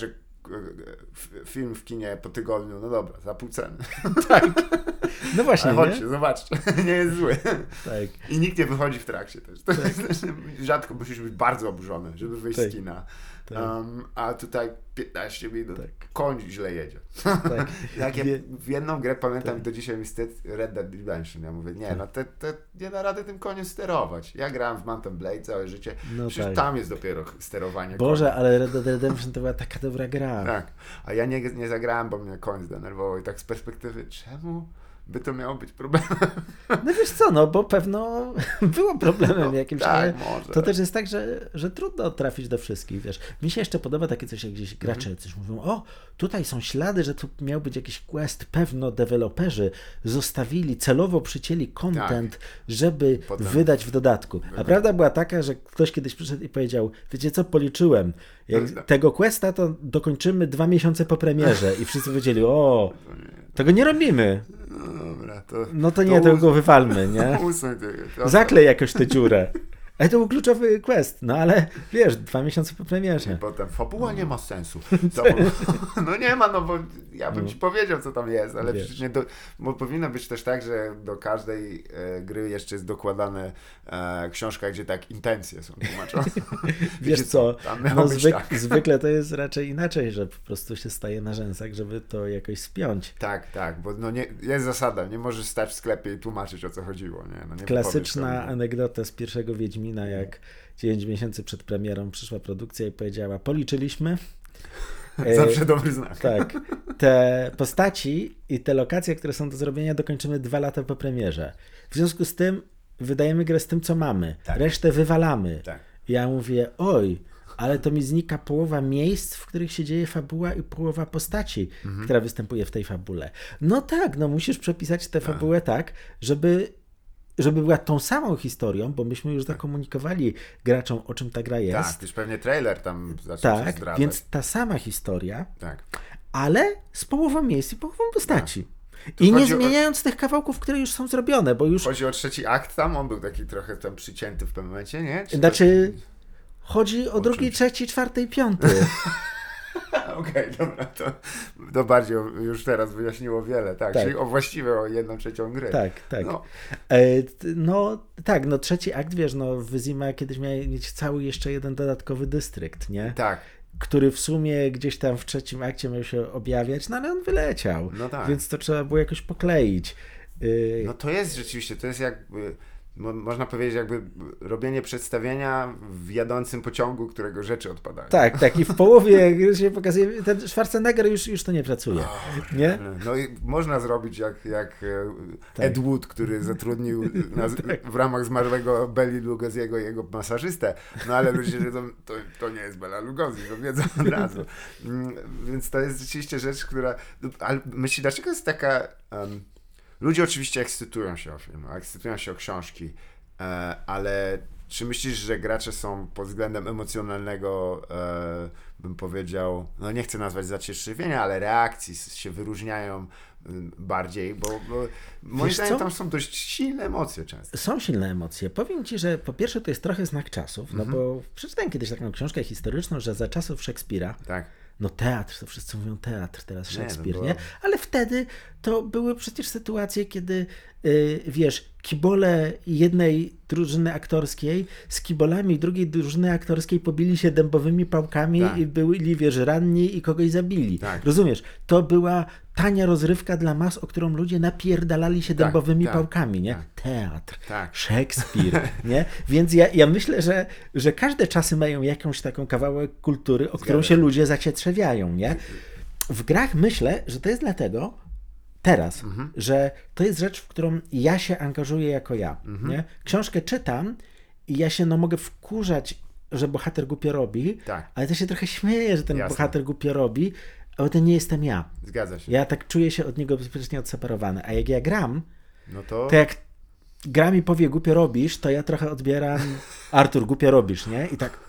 film w kinie po tygodniu, no dobra, za pół ceny. Tak. No właśnie, ale chodźcie, zobaczcie, nie jest zły. Tak. I nikt nie wychodzi w trakcie też. To jest, rzadko musisz być bardzo oburzony, żeby wyjść z kina. Tak. A tutaj 15 minut, koń źle jedzie. Tak. W jedną grę pamiętam, do dzisiaj mi wstyd, Red Dead Redemption. Ja mówię, nie, no nie da rady tym koniem sterować. Ja grałem w Mount & Blade całe życie, przecież tam jest dopiero sterowanie Boże, konia. Ale Red Dead Redemption to była taka dobra gra. Tak, a ja nie zagrałem, bo mnie koń zdenerwował i tak z perspektywy, czemu by to miało być problemem? No wiesz co, no bo pewno było problemem jakimś, tak, ale może. to też jest tak, że trudno trafić do wszystkich, wiesz. Mi się jeszcze podoba takie coś, jak gdzieś gracze coś mówią, o, tutaj są ślady, że tu miał być jakiś quest, pewno deweloperzy zostawili, celowo przycięli content, żeby wydać w dodatku. A prawda była taka, że ktoś kiedyś przyszedł i powiedział, wiecie co, policzyłem, jak tego questa to dokończymy 2 miesiące po premierze i wszyscy powiedzieli, o, tego nie robimy. No dobra, to go wywalmy, nie? Zaklej jakoś tę dziurę. Ale to był kluczowy quest, no ale wiesz, 2 miesiące po premierze. I potem fabuła nie ma sensu. No nie ma, no bo ja bym ci powiedział, co tam jest, ale przecież nie bo powinno być też tak, że do każdej gry jeszcze jest dokładana książka, gdzie tak intencje są tłumaczone. Wiesz co, no zwykle to jest raczej inaczej, że po prostu się staje na rzęsach, żeby to jakoś spiąć. Tak, bo no nie, jest zasada, nie możesz stać w sklepie i tłumaczyć, o co chodziło. Nie klasyczna anegdota z pierwszego Wiedźmina, jak 9 miesięcy przed premierą przyszła produkcja i powiedziała, policzyliśmy. Zawsze dobry znak. Tak. Te postaci i te lokacje, które są do zrobienia, dokończymy 2 lata po premierze. W związku z tym wydajemy grę z tym, co mamy. Tak. Resztę wywalamy. Tak. Ja mówię, oj, ale to mi znika połowa miejsc, w których się dzieje fabuła i połowa postaci, która występuje w tej fabule. No tak, no musisz przepisać tę fabułę tak, żeby była tą samą historią, bo myśmy już zakomunikowali graczom, o czym ta gra jest. Tak, już pewnie trailer tam zaczął się zdradzać. Więc ta sama historia, ale z połową miejsc i połową postaci. I nie zmieniając tych kawałków, które już są zrobione, bo już... Chodzi o 3. akt tam, on był taki trochę tam przycięty w pewnym momencie, nie? Chodzi o 2., 3., 4. i 5. Okej, dobra, to bardziej już teraz wyjaśniło wiele, tak? Czyli właściwie o 1/3 gry. Tak. No 3. akt, wiesz, Wyzima kiedyś miał mieć cały jeszcze jeden dodatkowy dystrykt, nie? Tak. Który w sumie gdzieś tam w 3. akcie miał się objawiać, no ale on wyleciał. No tak. Więc to trzeba było jakoś pokleić. No to jest rzeczywiście, to jest jakby... Można powiedzieć, jakby robienie przedstawienia w jadącym pociągu, którego rzeczy odpadają. Tak, i w połowie się pokazuje, ten Schwarzenegger już to nie pracuje, nie? No i można zrobić jak Ed Wood, który zatrudnił w ramach zmarłego Belli Lugosiego jego masażystę, no ale ludzie, to nie jest Bela Lugosi, to wiedzą od razu. Więc to jest rzeczywiście rzecz, która... Ale myślisz, dlaczego jest taka... Ludzie oczywiście ekscytują się o film, ekscytują się o książki, ale czy myślisz, że gracze są pod względem emocjonalnego, bym powiedział, no nie chcę nazwać zacietrzewienia, ale reakcji się wyróżniają bardziej, bo moim zdaniem tam są dość silne emocje często. Są silne emocje. Powiem ci, że po pierwsze to jest trochę znak czasów, no bo przeczytałem kiedyś taką książkę historyczną, że za czasów Szekspira no teatr, to wszyscy mówią teatr, teraz Szekspir, nie? Ale wtedy to były przecież sytuacje, kiedy wiesz, kibole jednej drużyny aktorskiej z kibolami drugiej drużyny aktorskiej pobili się dębowymi pałkami i byli, wiesz, ranni i kogoś zabili. Tak. Rozumiesz? To była tania rozrywka dla mas, o którą ludzie napierdalali się dębowymi pałkami, nie? Teatr, Szekspir, nie? Więc ja myślę, że każde czasy mają jakąś taką kawałek kultury, o którą się ludzie zacietrzewiają, nie? W grach myślę, że to jest dlatego, teraz, że to jest rzecz, w którą ja się angażuję jako ja. Nie? Książkę czytam i ja się mogę wkurzać, że bohater głupio robi, ale to się trochę śmieję, że ten bohater głupio robi, ale to nie jestem ja. Zgadza się. Ja tak czuję się od niego bezpiecznie odseparowany. A jak ja gram, to jak gra mi powie głupio robisz, to ja trochę odbieram Artur, głupio robisz, nie? I tak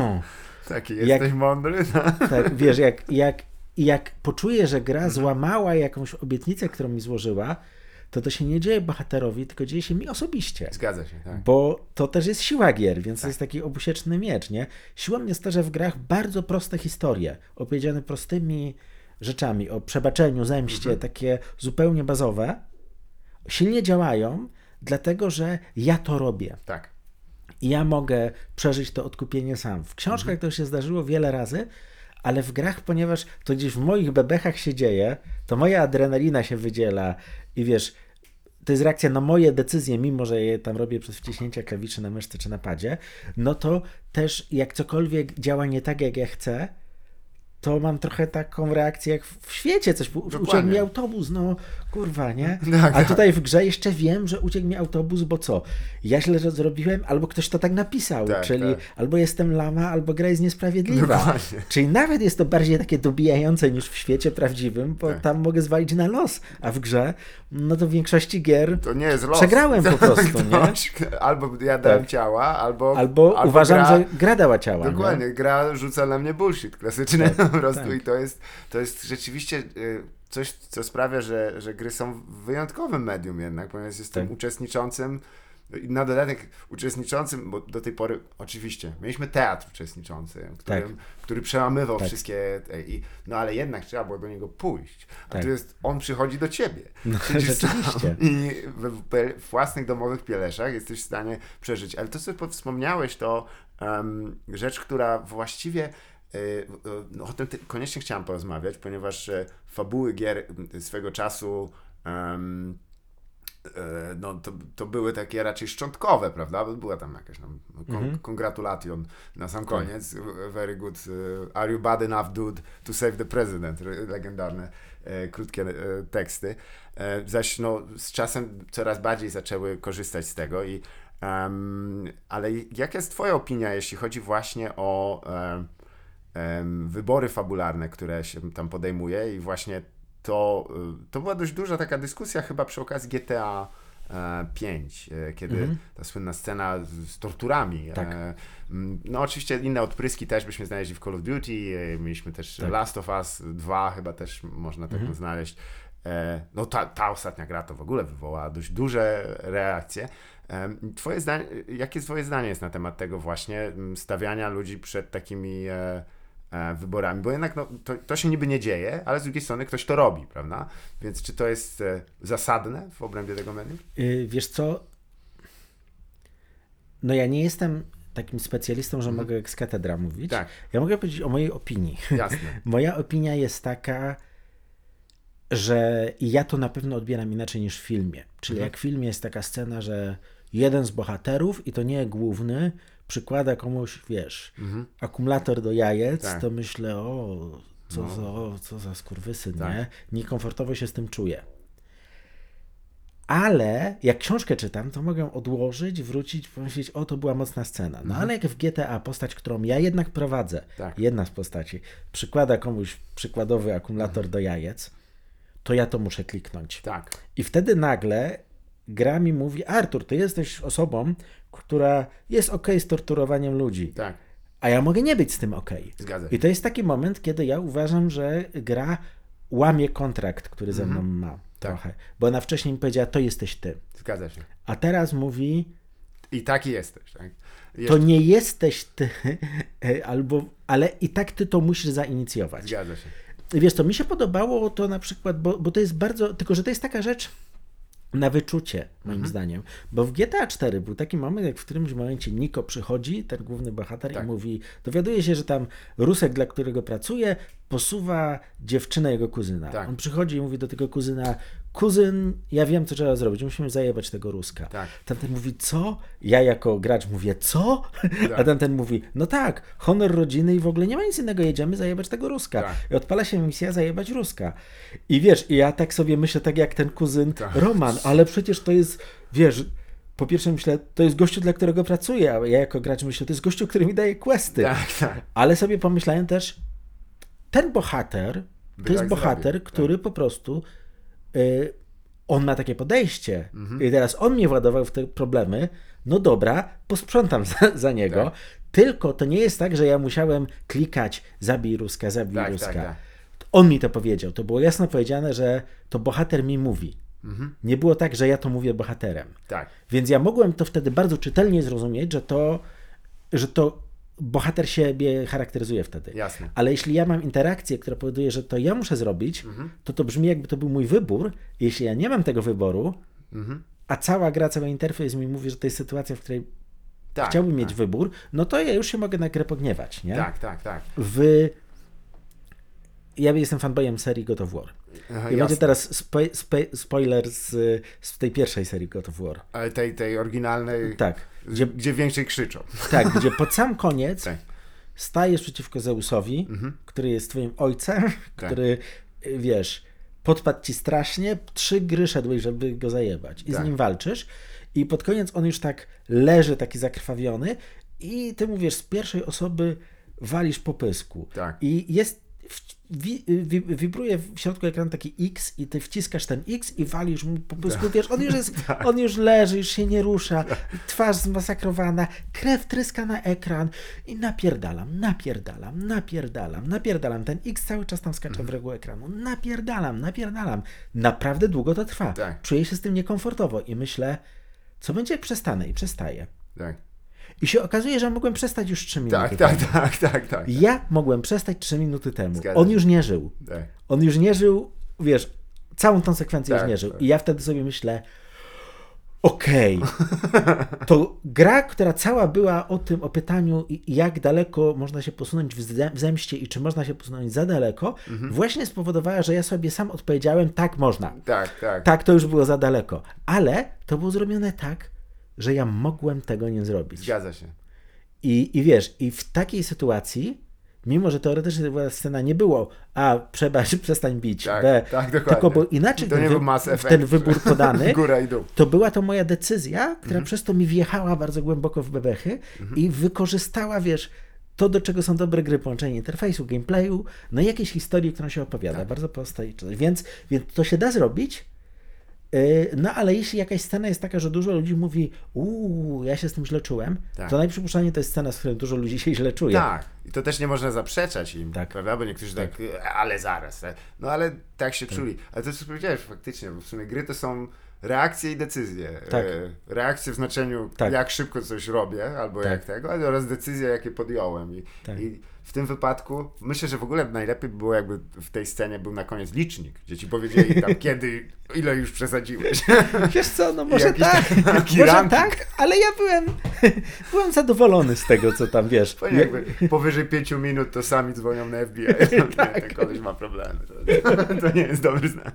taki jesteś mądry. Tak, wiesz, jak poczuję, że gra złamała jakąś obietnicę, którą mi złożyła, to się nie dzieje bohaterowi, tylko dzieje się mi osobiście. Zgadza się, tak. Bo to też jest siła gier, więc to jest taki obusieczny miecz, nie? Siłą jest to, że w grach bardzo proste historie, opowiedziane prostymi rzeczami, o przebaczeniu, zemście, takie zupełnie bazowe, silnie działają, dlatego że ja to robię. Tak. I ja mogę przeżyć to odkupienie sam. W książkach to się zdarzyło wiele razy, ale w grach, ponieważ to gdzieś w moich bebechach się dzieje, to moja adrenalina się wydziela i wiesz, to jest reakcja na moje decyzje, mimo że je tam robię przez wciśnięcie klawiszy na myszce czy na padzie, no to też jak cokolwiek działa nie tak, jak ja chcę, to mam trochę taką reakcję jak w świecie, coś uciekł mi autobus, no kurwa, nie? A tutaj w grze jeszcze wiem, że uciekł mi autobus, bo co? Ja źle zrobiłem, albo ktoś to tak napisał, czyli albo jestem lama, albo gra jest niesprawiedliwa. Dokładnie. Czyli nawet jest to bardziej takie dobijające niż w świecie prawdziwym, bo tam mogę zwalić na los, a w grze, no to w większości gier to nie jest los. Przegrałem po prostu, nie? Albo ja dałem ciała, albo uważam, że gra dała ciała. Dokładnie, nie? Gra rzuca na mnie bullshit klasyczny po prostu i to jest rzeczywiście coś, co sprawia, że gry są wyjątkowym medium jednak, ponieważ jestem uczestniczącym i na dodatek uczestniczącym, bo do tej pory oczywiście mieliśmy teatr uczestniczący, który przełamywał wszystkie no ale jednak trzeba było do niego pójść, a tu jest, on przychodzi do ciebie. No, rzeczywiście. I w własnych domowych pieleszach jesteś w stanie przeżyć. Ale to, co wspomniałeś, to rzecz, która właściwie no, o tym koniecznie chciałem porozmawiać, ponieważ fabuły gier swego czasu no, to były takie raczej szczątkowe, prawda? Była tam jakaś congratulation na sam koniec. Very good. Are you bad enough, dude, to save the president? Legendarne, krótkie teksty. Zaś no, z czasem coraz bardziej zaczęły korzystać z tego. Ale jaka jest twoja opinia, jeśli chodzi właśnie o wybory fabularne, które się tam podejmuje i właśnie to była dość duża taka dyskusja chyba przy okazji GTA 5, kiedy ta słynna scena z torturami. No oczywiście inne odpryski też byśmy znaleźli w Call of Duty, mieliśmy też Last of Us 2 chyba też można taką znaleźć. No ta ostatnia gra to w ogóle wywołała dość duże reakcje. Twoje zdanie, jakie twoje zdanie jest na temat tego właśnie stawiania ludzi przed takimi wyborami, bo jednak no, to się niby nie dzieje, ale z drugiej strony ktoś to robi, prawda? Więc czy to jest zasadne w obrębie tego medium? Wiesz co? No ja nie jestem takim specjalistą, że mogę jak z katedra mówić. Tak. Ja mogę powiedzieć o mojej opinii. Jasne. Moja opinia jest taka, że ja to na pewno odbieram inaczej niż w filmie. Czyli jak w filmie jest taka scena, że jeden z bohaterów, i to nie główny, przykłada komuś, wiesz, akumulator do jajec, to myślę, co za skurwysyn, nie? Niekomfortowo się z tym czuję. Ale jak książkę czytam, to mogę odłożyć, wrócić, pomyśleć, to była mocna scena. No ale jak w GTA postać, którą ja jednak prowadzę, jedna z postaci, przykłada komuś przykładowy akumulator do jajec, to ja to muszę kliknąć. Tak. I wtedy nagle gra mi mówi, Artur, ty jesteś osobą, która jest okej z torturowaniem ludzi. Tak. A ja mogę nie być z tym okej. Zgadza się. I to jest taki moment, kiedy ja uważam, że gra łamie kontrakt, który ze mną ma trochę. Bo ona wcześniej mi powiedziała, to jesteś ty. Zgadza się. A teraz mówi... I taki jesteś, tak? To nie jesteś ty, ale i tak ty to musisz zainicjować. Zgadza się. Wiesz, to mi się podobało to na przykład, bo to jest bardzo... Tylko, że to jest taka rzecz na wyczucie, moim zdaniem. Bo w GTA 4 był taki moment, jak w którymś momencie Niko przychodzi, ten główny bohater, i mówi, dowiaduje się, że tam Rusek, dla którego pracuje, posuwa dziewczynę jego kuzyna. Tak. On przychodzi i mówi do tego kuzyna, kuzyn, ja wiem, co trzeba zrobić, musimy zajebać tego Ruska. Tak. Tamten mówi, co? Ja jako gracz mówię, co? A tamten mówi, no tak, honor rodziny i w ogóle nie ma nic innego, jedziemy zajebać tego Ruska. Tak. I odpala się misja zajebać Ruska. I wiesz, i ja tak sobie myślę, tak jak ten kuzyn Roman, ale przecież to jest, wiesz, po pierwsze myślę, to jest gościu, dla którego pracuję, a ja jako gracz myślę, to jest gościu, który mi daje questy. Tak. Ale sobie pomyślałem też, ten bohater, to jest bohater, który po prostu on ma takie podejście i teraz on mnie władował w te problemy, no dobra, posprzątam za niego, Tak. tylko to nie jest tak, że ja musiałem klikać zabij Ruska. Tak. On mi to powiedział, to było jasno powiedziane, że to bohater mi mówi. Nie było tak, że ja to mówię bohaterem. Tak. Więc ja mogłem to wtedy bardzo czytelnie zrozumieć, że to bohater siebie charakteryzuje wtedy. Jasne. Ale jeśli ja mam interakcję, która powoduje, że to ja muszę zrobić, to brzmi jakby to był mój wybór. Jeśli ja nie mam tego wyboru, a cała gra, cały interfejs mi mówi, że to jest sytuacja, w której chciałbym mieć wybór, no to ja już się mogę na grę pogniewać, nie? Tak. Ja jestem fanboyem serii God of War. I będzie teraz spoiler z tej pierwszej serii God of War. Ale tej oryginalnej, tak, gdzie więcej krzyczą. Tak, gdzie pod sam koniec stajesz przeciwko Zeusowi, który jest twoim ojcem, który, wiesz, podpadł ci strasznie, 3 gry szedłeś, żeby go zajebać i z nim walczysz i pod koniec on już tak leży, taki zakrwawiony i ty mówisz, z pierwszej osoby walisz po pysku. Tak. I jest wibruje w środku ekranu taki X i ty wciskasz ten X i walisz mu po pysku, wiesz, on już leży, już się nie rusza, twarz zmasakrowana, krew tryska na ekran i napierdalam. Ten X cały czas tam skacze w rogu ekranu. Napierdalam. Naprawdę długo to trwa. Tak. Czuję się z tym niekomfortowo i myślę, co będzie jak przestanę i przestaję. Tak. I się okazuje, że mogłem przestać już 3 minuty Tak. Ja mogłem przestać 3 minuty temu. Zgadza On się. już nie żył. Tak. On już nie żył, wiesz, całą tą sekwencję już nie żył. Tak. I ja wtedy sobie myślę, okej, to gra, która cała była o pytaniu, jak daleko można się posunąć w zemście i czy można się posunąć za daleko, właśnie spowodowała, że ja sobie sam odpowiedziałem, tak można. Tak, to już było za daleko. Ale to było zrobione tak, że ja mogłem tego nie zrobić. Zgadza się. I wiesz, i w takiej sytuacji, mimo że teoretycznie ta scena nie było przestań bić, dokładnie. tylko bo inaczej to nie był Mass Effect, ten wybór podany, góra i dół. to była to moja decyzja, która przez to mi wjechała bardzo głęboko w bebechy i wykorzystała, wiesz, to, do czego są dobre gry, połączenie interfejsu, gameplayu, no i jakiejś historii, którą się opowiada, bardzo prosta i coś. Więc to się da zrobić. No ale jeśli jakaś scena jest taka, że dużo ludzi mówi, ja się z tym źle czułem, to najprzypuszczalniej to jest scena, z której dużo ludzi się źle czuje. Tak, i to też nie można zaprzeczać im, prawda, bo niektórzy tak, ale zaraz, no ale tak się czuli. Ale to co powiedziałeś faktycznie, bo w sumie gry to są reakcje i decyzje. Reakcje w znaczeniu, jak szybko coś robię, albo jak tego, oraz decyzje, jakie podjąłem. I w tym wypadku myślę, że w ogóle najlepiej by było, jakby w tej scenie był na koniec licznik, gdzie ci powiedzieli tam ile już przesadziłeś. Wiesz co, no może tak, ale ja byłem zadowolony z tego, co tam, wiesz. Jakby powyżej 5 minut to sami dzwonią na FBI. Ten koleś ma problemy. To nie jest dobry znak.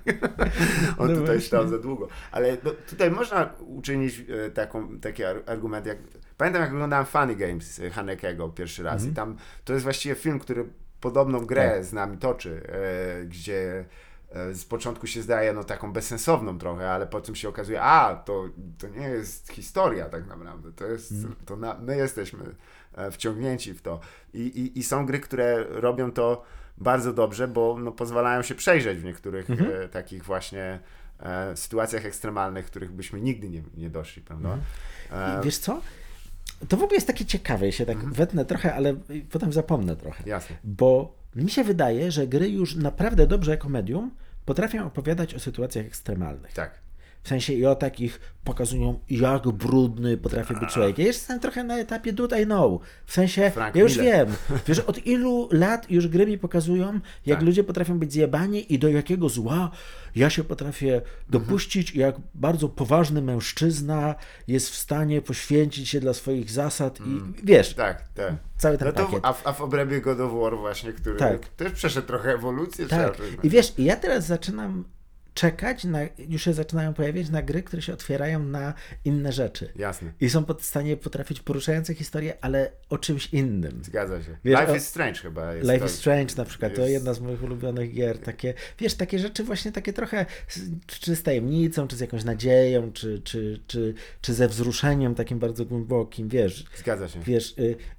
On tutaj stał za długo. Ale tutaj można uczynić taki argument, jak pamiętam, jak oglądałem Funny Games Hanekego pierwszy raz i tam to jest właściwie film, który podobną grę z nami toczy, gdzie z początku się zdaje taką bezsensowną trochę, ale potem się okazuje, to nie jest historia tak naprawdę, to jest, my jesteśmy wciągnięci w to. I są gry, które robią to bardzo dobrze, bo pozwalają się przejrzeć w niektórych takich właśnie sytuacjach ekstremalnych, których byśmy nigdy nie doszli, prawda? I wiesz co? To w ogóle jest takie ciekawe, ja się tak wetnę trochę, ale potem zapomnę trochę. Jasne. Bo mi się wydaje, że gry już naprawdę dobrze jako medium potrafią opowiadać o sytuacjach ekstremalnych. Tak. W sensie i o takich pokazują, jak brudny potrafi być człowiek. Ja jestem trochę na etapie do I know. W sensie, Frank ja już Miller. wiem. Wiesz, od ilu lat już gry mi pokazują, jak ludzie potrafią być zjebani i do jakiego zła ja się potrafię dopuścić i jak bardzo poważny mężczyzna jest w stanie poświęcić się dla swoich zasad i wiesz, cały ten pakiet. A w obrębie God of War właśnie, który też przeszedł trochę ewolucję. Tak. I wiesz, ja teraz zaczynam czekać, już się zaczynają pojawiać na gry, które się otwierają na inne rzeczy. Jasne. I są w stanie potrafić poruszające historie, ale o czymś innym. Zgadza się. Wiesz, Life is Strange chyba jest. Life is Strange na przykład, to jedna z moich ulubionych gier. Takie, wiesz, takie rzeczy właśnie takie trochę czy z tajemnicą, czy z jakąś nadzieją, czy ze wzruszeniem takim bardzo głębokim, wiesz. Zgadza się. Wiesz,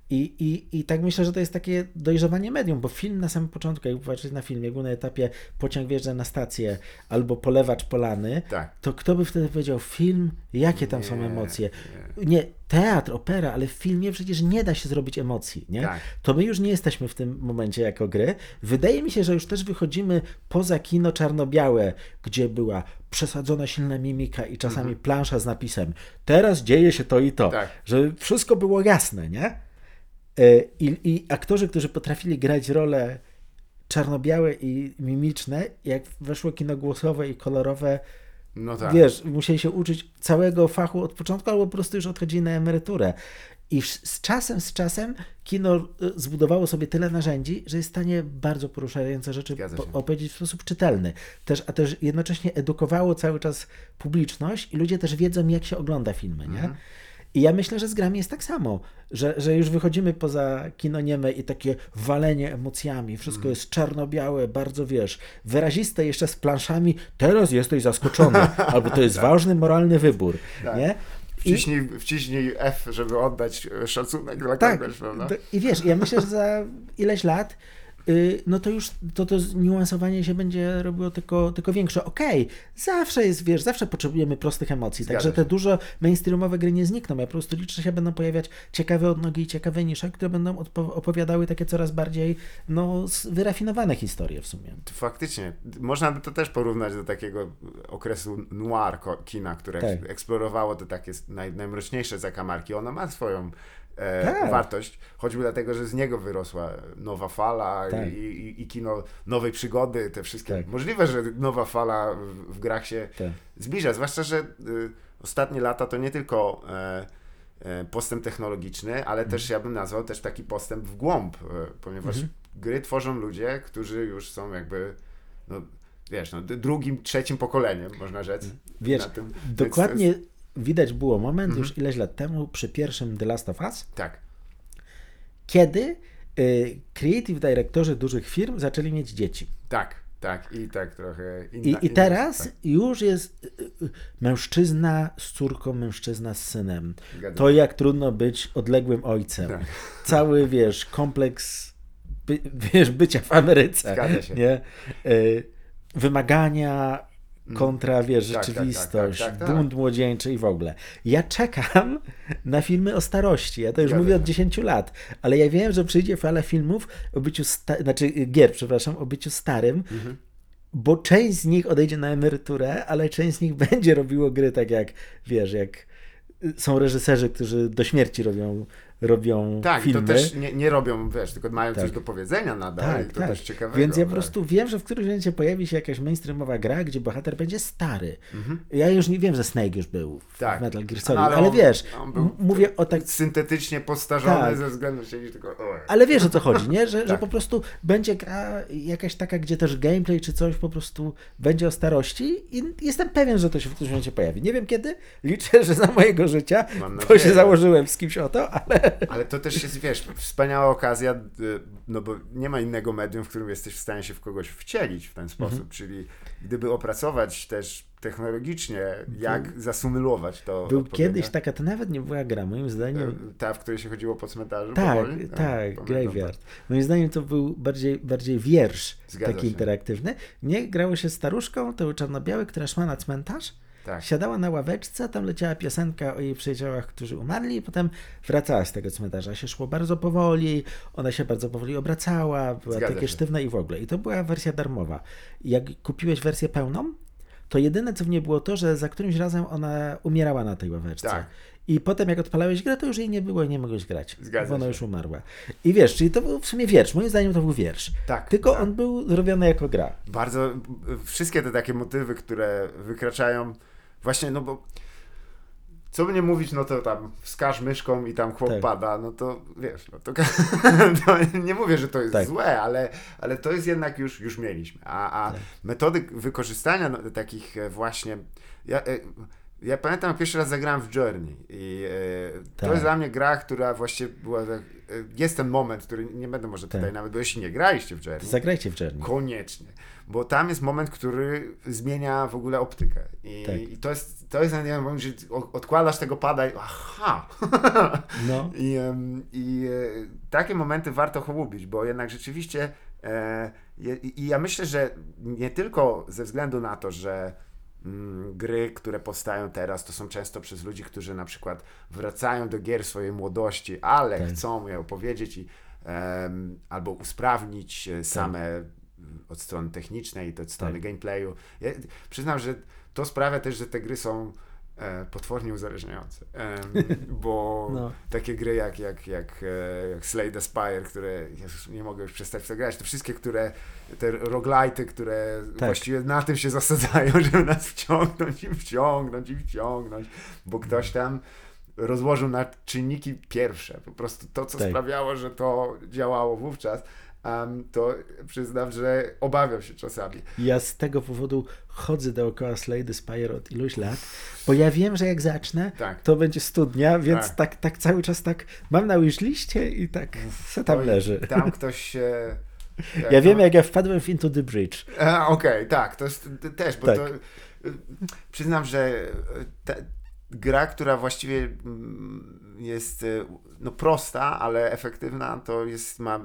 I tak myślę, że to jest takie dojrzewanie medium, bo film na samym początku, jak patrzeć na film, jak był na etapie pociąg wjeżdża na stację albo polewacz polany, to kto by wtedy powiedział film, jakie tam są emocje? Nie, teatr, opera, ale w filmie przecież nie da się zrobić emocji, nie? Tak. To my już nie jesteśmy w tym momencie jako gry. Wydaje mi się, że już też wychodzimy poza kino czarno-białe, gdzie była przesadzona silna mimika i czasami plansza z napisem teraz dzieje się to i to. Tak. Że wszystko było jasne, nie? I aktorzy, którzy potrafili grać role czarno-białe i mimiczne, jak weszło kino głosowe i kolorowe, wiesz, musieli się uczyć całego fachu od początku, albo po prostu już odchodzili na emeryturę. I z czasem kino zbudowało sobie tyle narzędzi, że jest w stanie bardzo poruszające rzeczy opowiedzieć w sposób czytelny. A też jednocześnie edukowało cały czas publiczność i ludzie też wiedzą, jak się ogląda filmy, nie? I ja myślę, że z grami jest tak samo, że już wychodzimy poza kino nieme i takie walenie emocjami, wszystko jest czarno-białe, bardzo wiesz, wyraziste jeszcze z planszami, teraz jesteś zaskoczony, albo to jest ważny moralny wybór, nie? Wciśnij F, żeby oddać szacunek dla kogoś, prawda? I wiesz, ja myślę, że za ileś lat no to już to zniuansowanie się będzie robiło tylko większe. Okej, zawsze jest, wiesz, zawsze potrzebujemy prostych emocji, także te dużo mainstreamowe gry nie znikną. Ja po prostu liczę, że się będą pojawiać ciekawe odnogi i ciekawe nisze, które będą opowiadały takie coraz bardziej wyrafinowane historie w sumie. Faktycznie. Można by to też porównać do takiego okresu noir kina, które eksplorowało te takie najmroczniejsze zakamarki. Ono ma swoją wartość, choćby dlatego, że z niego wyrosła nowa fala i kino nowej przygody, te wszystkie. Możliwe, że nowa fala w grach się zbliża, zwłaszcza, że ostatnie lata to nie tylko postęp technologiczny, ale też ja bym nazwał też taki postęp w głąb, ponieważ gry tworzą ludzie, którzy już są jakby drugim, trzecim pokoleniem, można rzec. Wiesz, dokładnie widać było moment już ileś lat temu przy pierwszym The Last of Us, kiedy creative directorzy dużych firm zaczęli mieć dzieci. Tak. I tak trochę I teraz już jest mężczyzna z córką, mężczyzna z synem. To jak trudno być odległym ojcem. Cały, wiesz, kompleks bycia w Ameryce. Zgadza się. Nie? Wymagania kontra, wiesz, rzeczywistość, bunt młodzieńczy i w ogóle. Ja czekam na filmy o starości. Ja to już mówię od 10 lat, ale ja wiem, że przyjdzie fala filmów o byciu gier, o byciu starym, bo część z nich odejdzie na emeryturę, ale część z nich będzie robiło gry tak jak, wiesz, jak są reżyserzy, którzy do śmierci robią filmy. To też nie robią, wiesz, tylko mają coś do powiedzenia nadal. To też ciekawego. Więc ja po prostu wiem, że w którymś momencie pojawi się jakaś mainstreamowa gra, gdzie bohater będzie stary. Ja już nie wiem, że Snake już był w Metal Gear Solid, ale wiesz, mówię o tak... syntetycznie postarzony ze względu się tylko... Ale wiesz, o co chodzi, nie? Że po prostu będzie gra jakaś taka, gdzie też gameplay czy coś po prostu będzie o starości i jestem pewien, że to się w którymś momencie pojawi. Nie wiem kiedy, liczę, że za mojego życia, bo się założyłem z kimś o to, ale to też jest, wiesz, wspaniała okazja, no bo nie ma innego medium, w którym jesteś w stanie się w kogoś wcielić w ten sposób, czyli gdyby opracować też technologicznie, jak zasymulować to. Był kiedyś taka, to nawet nie była gra, moim zdaniem. Ta, w której się chodziło po cmentarzu? Tak, Graveyard. Moim zdaniem to był bardziej wiersz taki interaktywny. Nie grało się staruszką, to był czarno-biały, która szła na cmentarz. Siadała na ławeczce, tam leciała piosenka o jej przyjaciołach, którzy umarli i potem wracała z tego cmentarza. Się szło bardzo powoli, ona się bardzo powoli obracała, była takie sztywne i w ogóle. I to była wersja darmowa. Jak kupiłeś wersję pełną, to jedyne co w niej było to, że za którymś razem ona umierała na tej ławeczce. I potem jak odpalałeś grę, to już jej nie było i nie mogłeś grać, bo ona już umarła. I wiesz, czyli to był w sumie wiersz. Moim zdaniem to był wiersz. Tylko on był zrobiony jako gra. Bardzo, wszystkie te takie motywy, które wykraczają właśnie, no bo co by nie mówić, no to tam wskaż myszką i tam chłop pada, no to wiesz, no to nie mówię, że to jest złe, ale to jest jednak już mieliśmy. A metody wykorzystania takich właśnie... Ja pamiętam, jak pierwszy raz zagrałem w Journey i to jest dla mnie gra, która właściwie była tak, jest ten moment, który nie będę może tutaj nawet, bo jeśli nie graliście w Journey, zagrajcie w Journey. Koniecznie, bo tam jest moment, który zmienia w ogóle optykę i to jest nie wiem, że odkładasz tego pada i aha! No. I takie momenty warto chłobić, bo jednak rzeczywiście i ja myślę, że nie tylko ze względu na to, że gry, które powstają teraz, to są często przez ludzi, którzy na przykład wracają do gier swojej młodości, ale chcą je opowiedzieć i albo usprawnić same od strony technicznej, od strony gameplayu. Ja przyznam, że to sprawia też, że te gry są potwornie uzależniające, bo takie gry jak Slay the Spire, które nie mogę już przestać w to grać, te wszystkie, te roguelite'y, które właściwie na tym się zasadzają, żeby nas wciągnąć, bo ktoś tam rozłożył na czynniki pierwsze, po prostu to, co sprawiało, że to działało wówczas. To przyznam, że obawiam się czasami. Ja z tego powodu chodzę dookoła Slay the Spire od iluś lat, bo ja wiem, że jak zacznę, to będzie studnia, więc tak cały czas mam na wishliście i se tam leży. Tam ktoś się... Ja wiem, jak ja wpadłem w Into the Bridge. Okej, tak, to jest też, bo to... Przyznam, że gra, która właściwie jest prosta, ale efektywna, to jest, ma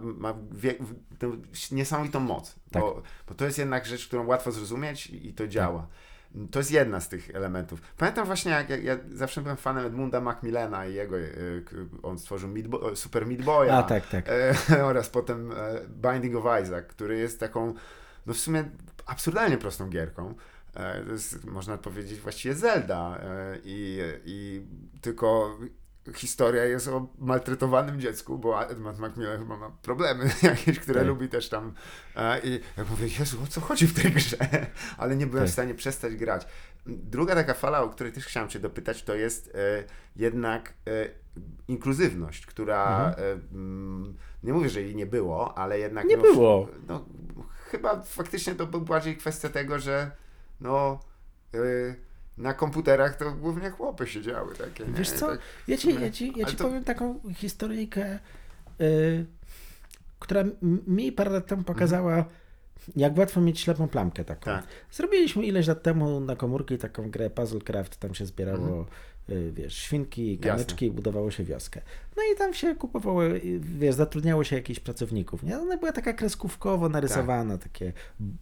niesamowitą moc, bo to jest jednak rzecz, którą łatwo zrozumieć i to działa. To jest jedna z tych elementów. Pamiętam właśnie, jak ja zawsze byłem fanem Edmunda Macmillana i on stworzył Super Meat Boya oraz potem Binding of Isaac, który jest taką, w sumie absurdalnie prostą gierką. To jest, można powiedzieć, właściwie Zelda i tylko historia jest o maltretowanym dziecku, bo Edmund Macmillan chyba ma problemy jakieś, które lubi też tam i ja mówię, Jezu, o co chodzi w tej grze? Ale nie byłem w stanie przestać grać. Druga taka fala, o której też chciałem cię dopytać, to jest jednak inkluzywność, która nie mówię, że jej nie było, ale jednak nie było. Chyba faktycznie to była bardziej kwestia tego, że na komputerach to głównie chłopy siedziały takie. Wiesz co, ja ci powiem taką historyjkę, która mi parę lat temu pokazała, jak łatwo mieć ślepą plamkę taką. Tak. Zrobiliśmy ileś lat temu na komórki taką grę Puzzlecraft, tam się zbierało świnki, kamyczki i budowało się wioskę. No i tam się kupowało, zatrudniało się jakichś pracowników, nie? Ona była taka kreskówkowo narysowana, takie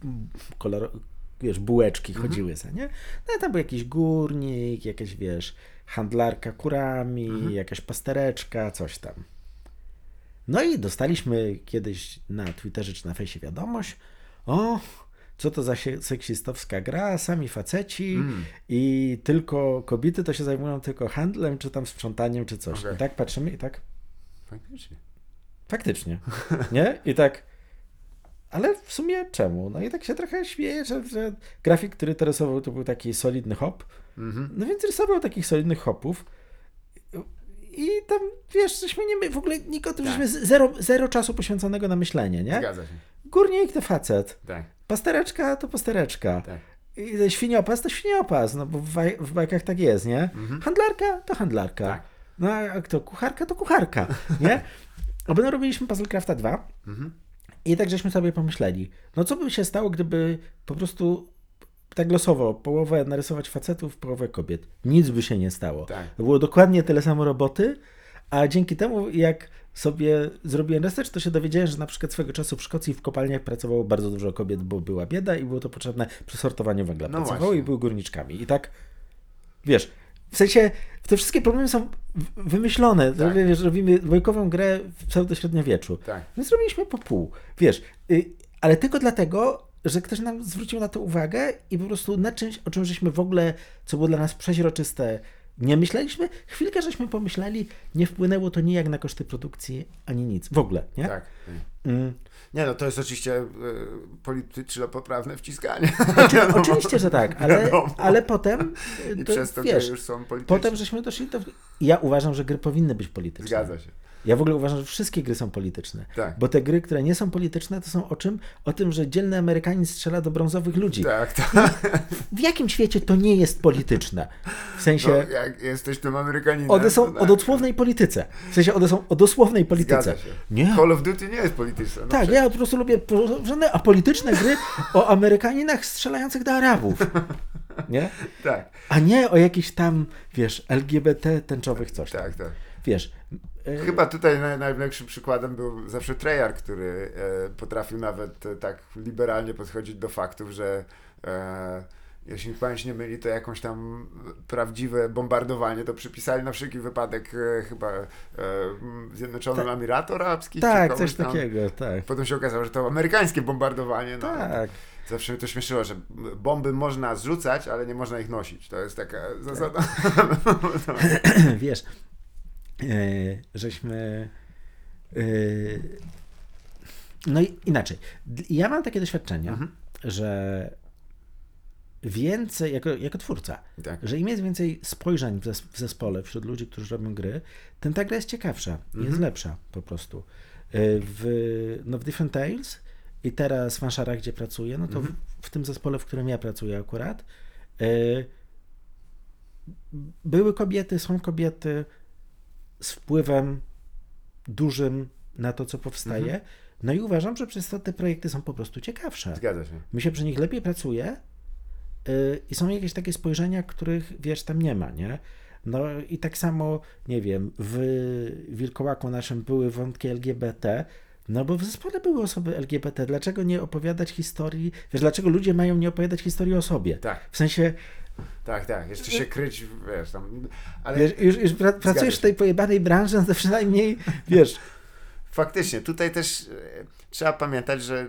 bułeczki chodziły za, nie? No i tam był jakiś górnik, jakaś, handlarka kurami, jakaś pastereczka, coś tam. No i dostaliśmy kiedyś na Twitterze czy na fejsie wiadomość, co to za seksistowska gra, sami faceci i tylko kobiety to się zajmują tylko handlem, czy tam sprzątaniem, czy coś. I tak patrzymy i tak... Faktycznie. Nie? I tak... Ale w sumie czemu? No i tak się trochę śmieję, że grafik, który to rysował, to był taki solidny hop. No więc rysował takich solidnych hopów. I tam, żeśmy w ogóle nikt o tym, żeśmy zero czasu poświęconego na myślenie, nie? Zgadza się. Górnik to facet. Tak. Pastereczka to pastereczka. Tak. I świniopas to świniopas, no bo w bajkach tak jest, nie? Handlarka to handlarka. Tak. No a kto kucharka to kucharka, nie? A potem robiliśmy Puzzlecrafta 2 i tak żeśmy sobie pomyśleli, no co by się stało, gdyby po prostu tak losowo połowę narysować facetów, połowę kobiet. Nic by się nie stało. Tak. Było dokładnie tyle samo roboty, a dzięki temu, jak sobie zrobiłem research, to się dowiedziałem, że na przykład swego czasu w Szkocji w kopalniach pracowało bardzo dużo kobiet, bo była bieda i było to potrzebne przy sortowaniu węgla. Pracowały i były górniczkami. I tak, w sensie te wszystkie problemy są wymyślone. Tak. Robimy bajkową grę w pseudośredniowieczu. Tak. Więc zrobiliśmy po pół. Ale tylko dlatego, że ktoś nam zwrócił na to uwagę i po prostu na czymś, o czym żeśmy w ogóle, co było dla nas przeźroczyste, nie myśleliśmy. Chwilkę żeśmy pomyśleli, nie wpłynęło to nijak na koszty produkcji, ani nic. W ogóle, nie? Tak. Nie, no to jest oczywiście polityczno poprawne wciskanie. Oczywiście, że tak, ale potem i przez to gry już są polityczne. Potem żeśmy doszli do... Ja uważam, że gry powinny być polityczne. Zgadza się. Ja w ogóle uważam, że wszystkie gry są polityczne. Tak. Bo te gry, które nie są polityczne, to są o czym? O tym, że dzielny Amerykanin strzela do brązowych ludzi. Tak. W jakim świecie to nie jest polityczne? W sensie... No, jak jesteś tym Amerykaninem... One są tak. o dosłownej polityce. W sensie one są o dosłownej polityce. Zgadza się. Nie. Call of Duty nie jest polityczne. No Tak, przecież. ja po prostu lubię żadne apolityczne gry o Amerykaninach strzelających do Arabów. Nie? Tak. A nie o jakichś tam, wiesz, LGBT tęczowych coś tam. Tak. Wiesz. Chyba tutaj najlepszym przykładem był zawsze Treyarch, który potrafił nawet tak liberalnie podchodzić do faktów, że jeśli pamięć nie myli, to jakąś tam prawdziwe bombardowanie to przypisali na wszelki wypadek chyba Zjednoczonym Emiratom Arabskich. Tak, czy coś tam. takiego, tak. Potem się okazało, że to amerykańskie bombardowanie. No, Tak. Zawsze mnie to śmieszyło, że bomby można zrzucać, ale nie można ich nosić. To jest taka zasada. Wiesz, żeśmy... No i inaczej. Ja mam takie doświadczenia, że więcej, jako twórca, Tak. że im jest więcej spojrzeń w zespole wśród ludzi, którzy robią gry, tym ta gra jest ciekawsza, jest lepsza po prostu. W Different Tales i teraz w Anszarach, gdzie pracuję, no to w tym zespole, w którym ja pracuję akurat, były kobiety, są kobiety z wpływem dużym na to, co powstaje. No i uważam, że przez to te projekty są po prostu ciekawsze. Zgadza się. Mi się przy nich lepiej pracuje i są jakieś takie spojrzenia, których, wiesz, tam nie ma, nie? No i tak samo, nie wiem, w Wilkołaku naszym były wątki LGBT, no bo w zespole były osoby LGBT. Dlaczego nie opowiadać historii? Wiesz, dlaczego ludzie mają nie opowiadać historii o sobie? Tak. W sensie... Tak. Jeszcze się kryć, wiesz, tam... Ale Wiesz, już pracujesz w tej pojebanej branży, no to przynajmniej, wiesz... Faktycznie, tutaj też trzeba pamiętać, że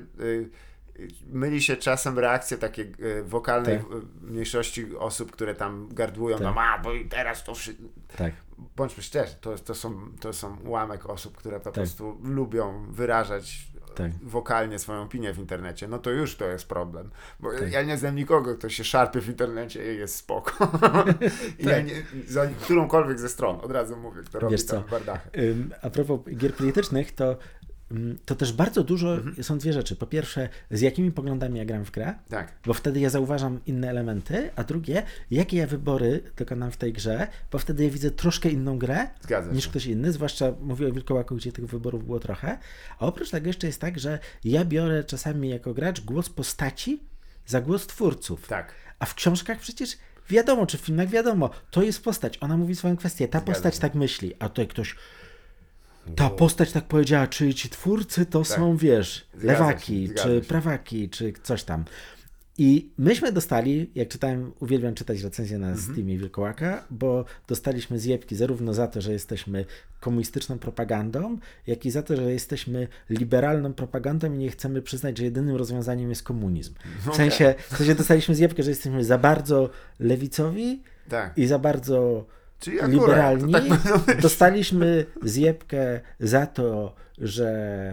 myli się czasem reakcje takie wokalnej mniejszości osób, które tam gardłują, bo i teraz to wszystko... Tak. Bądźmy szczerzy, to są ułamek osób, które po prostu lubią wyrażać wokalnie swoją opinię w internecie. No to już to jest problem. Bo ja nie znam nikogo, kto się szarpie w internecie i jest spoko. Ja nie, za którąkolwiek ze stron, od razu mówię, kto robi tam bardachy. A propos gier politycznych, to też bardzo dużo są dwie rzeczy. Po pierwsze, z jakimi poglądami ja gram w grę, bo wtedy ja zauważam inne elementy, a drugie, jakie ja wybory dokonam w tej grze, bo wtedy ja widzę troszkę inną grę niż ktoś inny, zwłaszcza mówię o Wilkołaku, gdzie tych wyborów było trochę. A oprócz tego jeszcze jest tak, że ja biorę czasami jako gracz głos postaci za głos twórców. Tak. A w książkach przecież wiadomo, czy w filmach wiadomo, to jest postać, ona mówi swoją kwestię, ta postać tak myśli, a tutaj ktoś... Ta postać tak powiedziała, czy ci twórcy to są, wiesz, lewaki, czy prawaki, czy coś tam. I myśmy dostali, jak czytałem, uwielbiam czytać recenzje na Steamie Wilkołaka, bo dostaliśmy zjebki zarówno za to, że jesteśmy komunistyczną propagandą, jak i za to, że jesteśmy liberalną propagandą i nie chcemy przyznać, że jedynym rozwiązaniem jest komunizm. W sensie dostaliśmy zjebkę, że jesteśmy za bardzo lewicowi i za bardzo... liberalni. Dostaliśmy zjebkę za to, że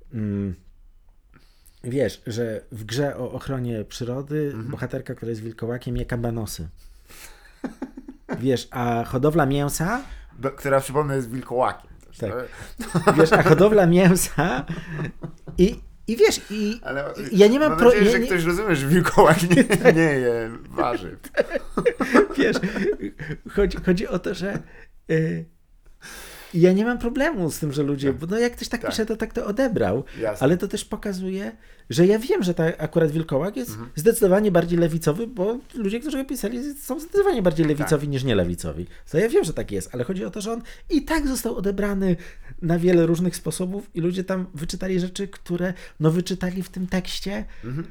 wiesz, że w grze o ochronie przyrody bohaterka, która jest wilkołakiem, je kabanosy. Wiesz, a hodowla mięsa... Która, przypomnę, jest wilkołakiem. Tak. Wiesz, a hodowla mięsa i wiesz, ale ja nie mam... Mam nadzieję, że ktoś rozumie, że wilkołak nie je warzyw. Wiesz, chodzi o to, że ja nie mam problemu z tym, że ludzie, bo no jak ktoś tak pisze, to tak to odebrał, ale to też pokazuje, że ja wiem, że akurat Wilkołak jest zdecydowanie bardziej lewicowy, bo ludzie, którzy go pisali, są zdecydowanie bardziej lewicowi niż nielewicowi. To ja wiem, że tak jest, ale chodzi o to, że on i tak został odebrany na wiele różnych sposobów i ludzie tam wyczytali rzeczy, które wyczytali w tym tekście.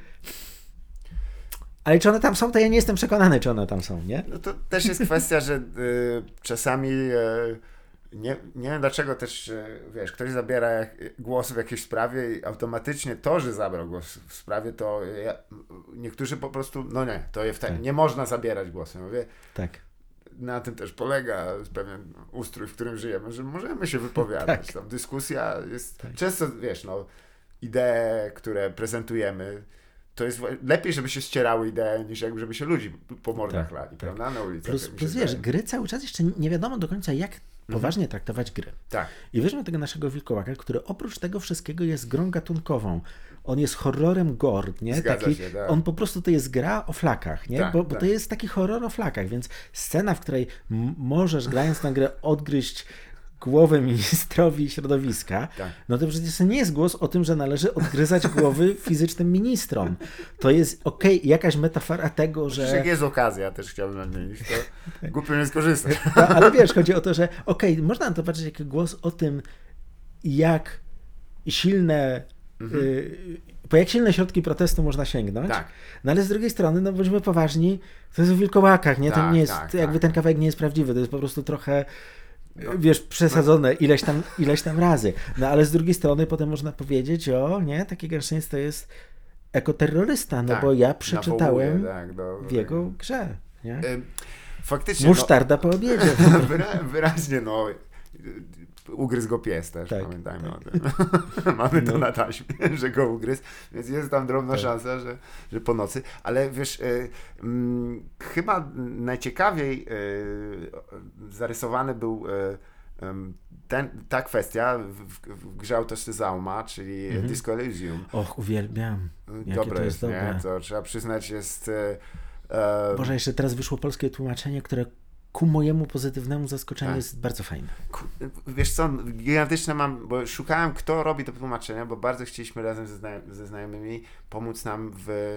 Ale czy one tam są, to ja nie jestem przekonany, czy one tam są, nie? No to też jest kwestia, że czasami nie wiem dlaczego też, wiesz, ktoś zabiera głos w jakiejś sprawie i automatycznie to, że zabrał głos w sprawie, to niektórzy po prostu, nie można zabierać głosu. Ja mówię, na tym też polega pewien ustrój, w którym żyjemy, że możemy się wypowiadać. Tam dyskusja jest, często, wiesz, idee, które prezentujemy, to jest lepiej, żeby się ścierały idee, niż żeby się ludzi po mordach lali, prawda, na ulicy. Plus wiesz, gry cały czas jeszcze nie wiadomo do końca, jak poważnie traktować gry. Tak. I weźmy tego naszego wilkołaka, który oprócz tego wszystkiego jest grą gatunkową. On jest horrorem gore, nie? Zgadza się, tak. On po prostu to jest gra o flakach, nie? Tak, Bo tak. to jest taki horror o flakach, więc scena, w której możesz grając tę grę odgryźć głowę ministrowi środowiska, Tak. no to przecież to nie jest głos o tym, że należy odgryzać głowy fizycznym ministrom. To jest jakaś metafora tego, że... Jak jest okazja, też chciałbym nadmienić, to głupio nie skorzystać. No, ale wiesz, chodzi o to, że można na to patrzeć jako głos o tym, jak silne po jak silne środki protestu można sięgnąć, Tak. no ale z drugiej strony, no bądźmy poważni, to jest w wilkołakach, nie? Tak, To nie jest, tak, jakby tak. ten kawałek nie jest prawdziwy, to jest po prostu trochę wiesz, przesadzone ileś tam razy. No ale z drugiej strony potem można powiedzieć, nie, taki gęszczyniec to jest ekoterrorysta, no Tak, bo ja przeczytałem nawołuje, w jego grze, nie? Faktycznie. Musztarda po obiedzie. Wyraźnie, no. Ugryzł go pies też, Tak, pamiętajmy tak. o tym. Mamy to na taśmie, że go ugryzł, więc jest tam drobna szansa, że po nocy. Ale wiesz, chyba najciekawiej zarysowany był ta kwestia w grze Autorsy Zauma, czyli Disco Elysium. Och, uwielbiam. Jakie Dobre to jest dobre. nie? To trzeba przyznać jest... Boże, jeszcze teraz wyszło polskie tłumaczenie, które ku mojemu pozytywnemu zaskoczeniu jest bardzo fajne. Wiesz co, gigantyczne mam, bo szukałem, kto robi to tłumaczenia, bo bardzo chcieliśmy razem ze znajomymi pomóc nam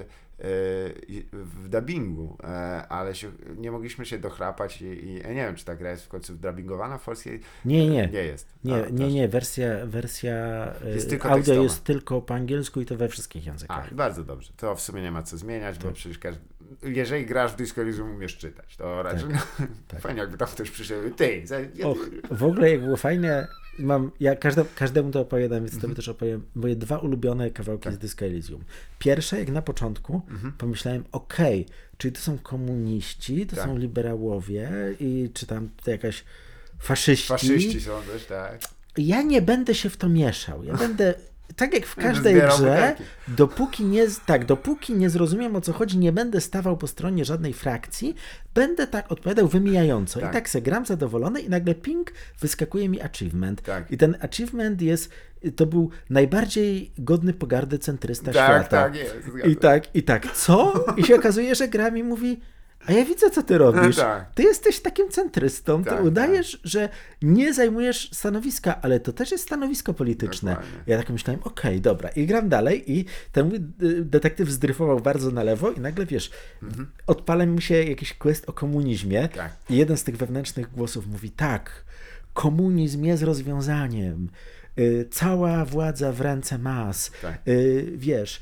w dubbingu, ale nie mogliśmy się dochrapać i nie wiem, czy ta gra jest w końcu dubbingowana w polskiej? Nie. Nie jest. Nie. Wersja jest tylko audio tekstowa. jest tylko po angielsku i to we wszystkich językach. Bardzo dobrze. To w sumie nie ma co zmieniać, bo przecież jeżeli grasz w Disco Elysium, umiesz czytać, to raczej fajnie, jakby tam ktoś przyszedł w ogóle jak było fajnie, ja każdemu to opowiadam, więc tobie też opowiem moje dwa ulubione kawałki z Disco Elysium. Pierwsze, jak na początku, pomyślałem, czyli to są komuniści, to są liberałowie i czy tam to jakaś faszyści. Faszyści są też, tak. Ja nie będę się w to mieszał. Ja będę, tak jak w każdej grze, dopóki nie zrozumiem, o co chodzi, nie będę stawał po stronie żadnej frakcji, będę tak odpowiadał wymijająco. Tak. I tak se gram zadowolony i nagle ping, wyskakuje mi achievement. Tak. I ten achievement to był najbardziej godny pogardy centrysta świata. Tak, jest. I tak, co? I się okazuje, że gra mi mówi, a ja widzę, co ty robisz. Tak. Ty jesteś takim centrystą. Ty Tak, udajesz, że nie zajmujesz stanowiska, ale to też jest stanowisko polityczne. Dokładnie. Ja tak myślałem, dobra. I gram dalej i ten mój detektyw zdryfował bardzo na lewo i nagle, wiesz, odpala mi się jakiś quest o komunizmie Tak. i jeden z tych wewnętrznych głosów mówi, komunizm jest rozwiązaniem. Cała władza w ręce mas. Tak. Wiesz...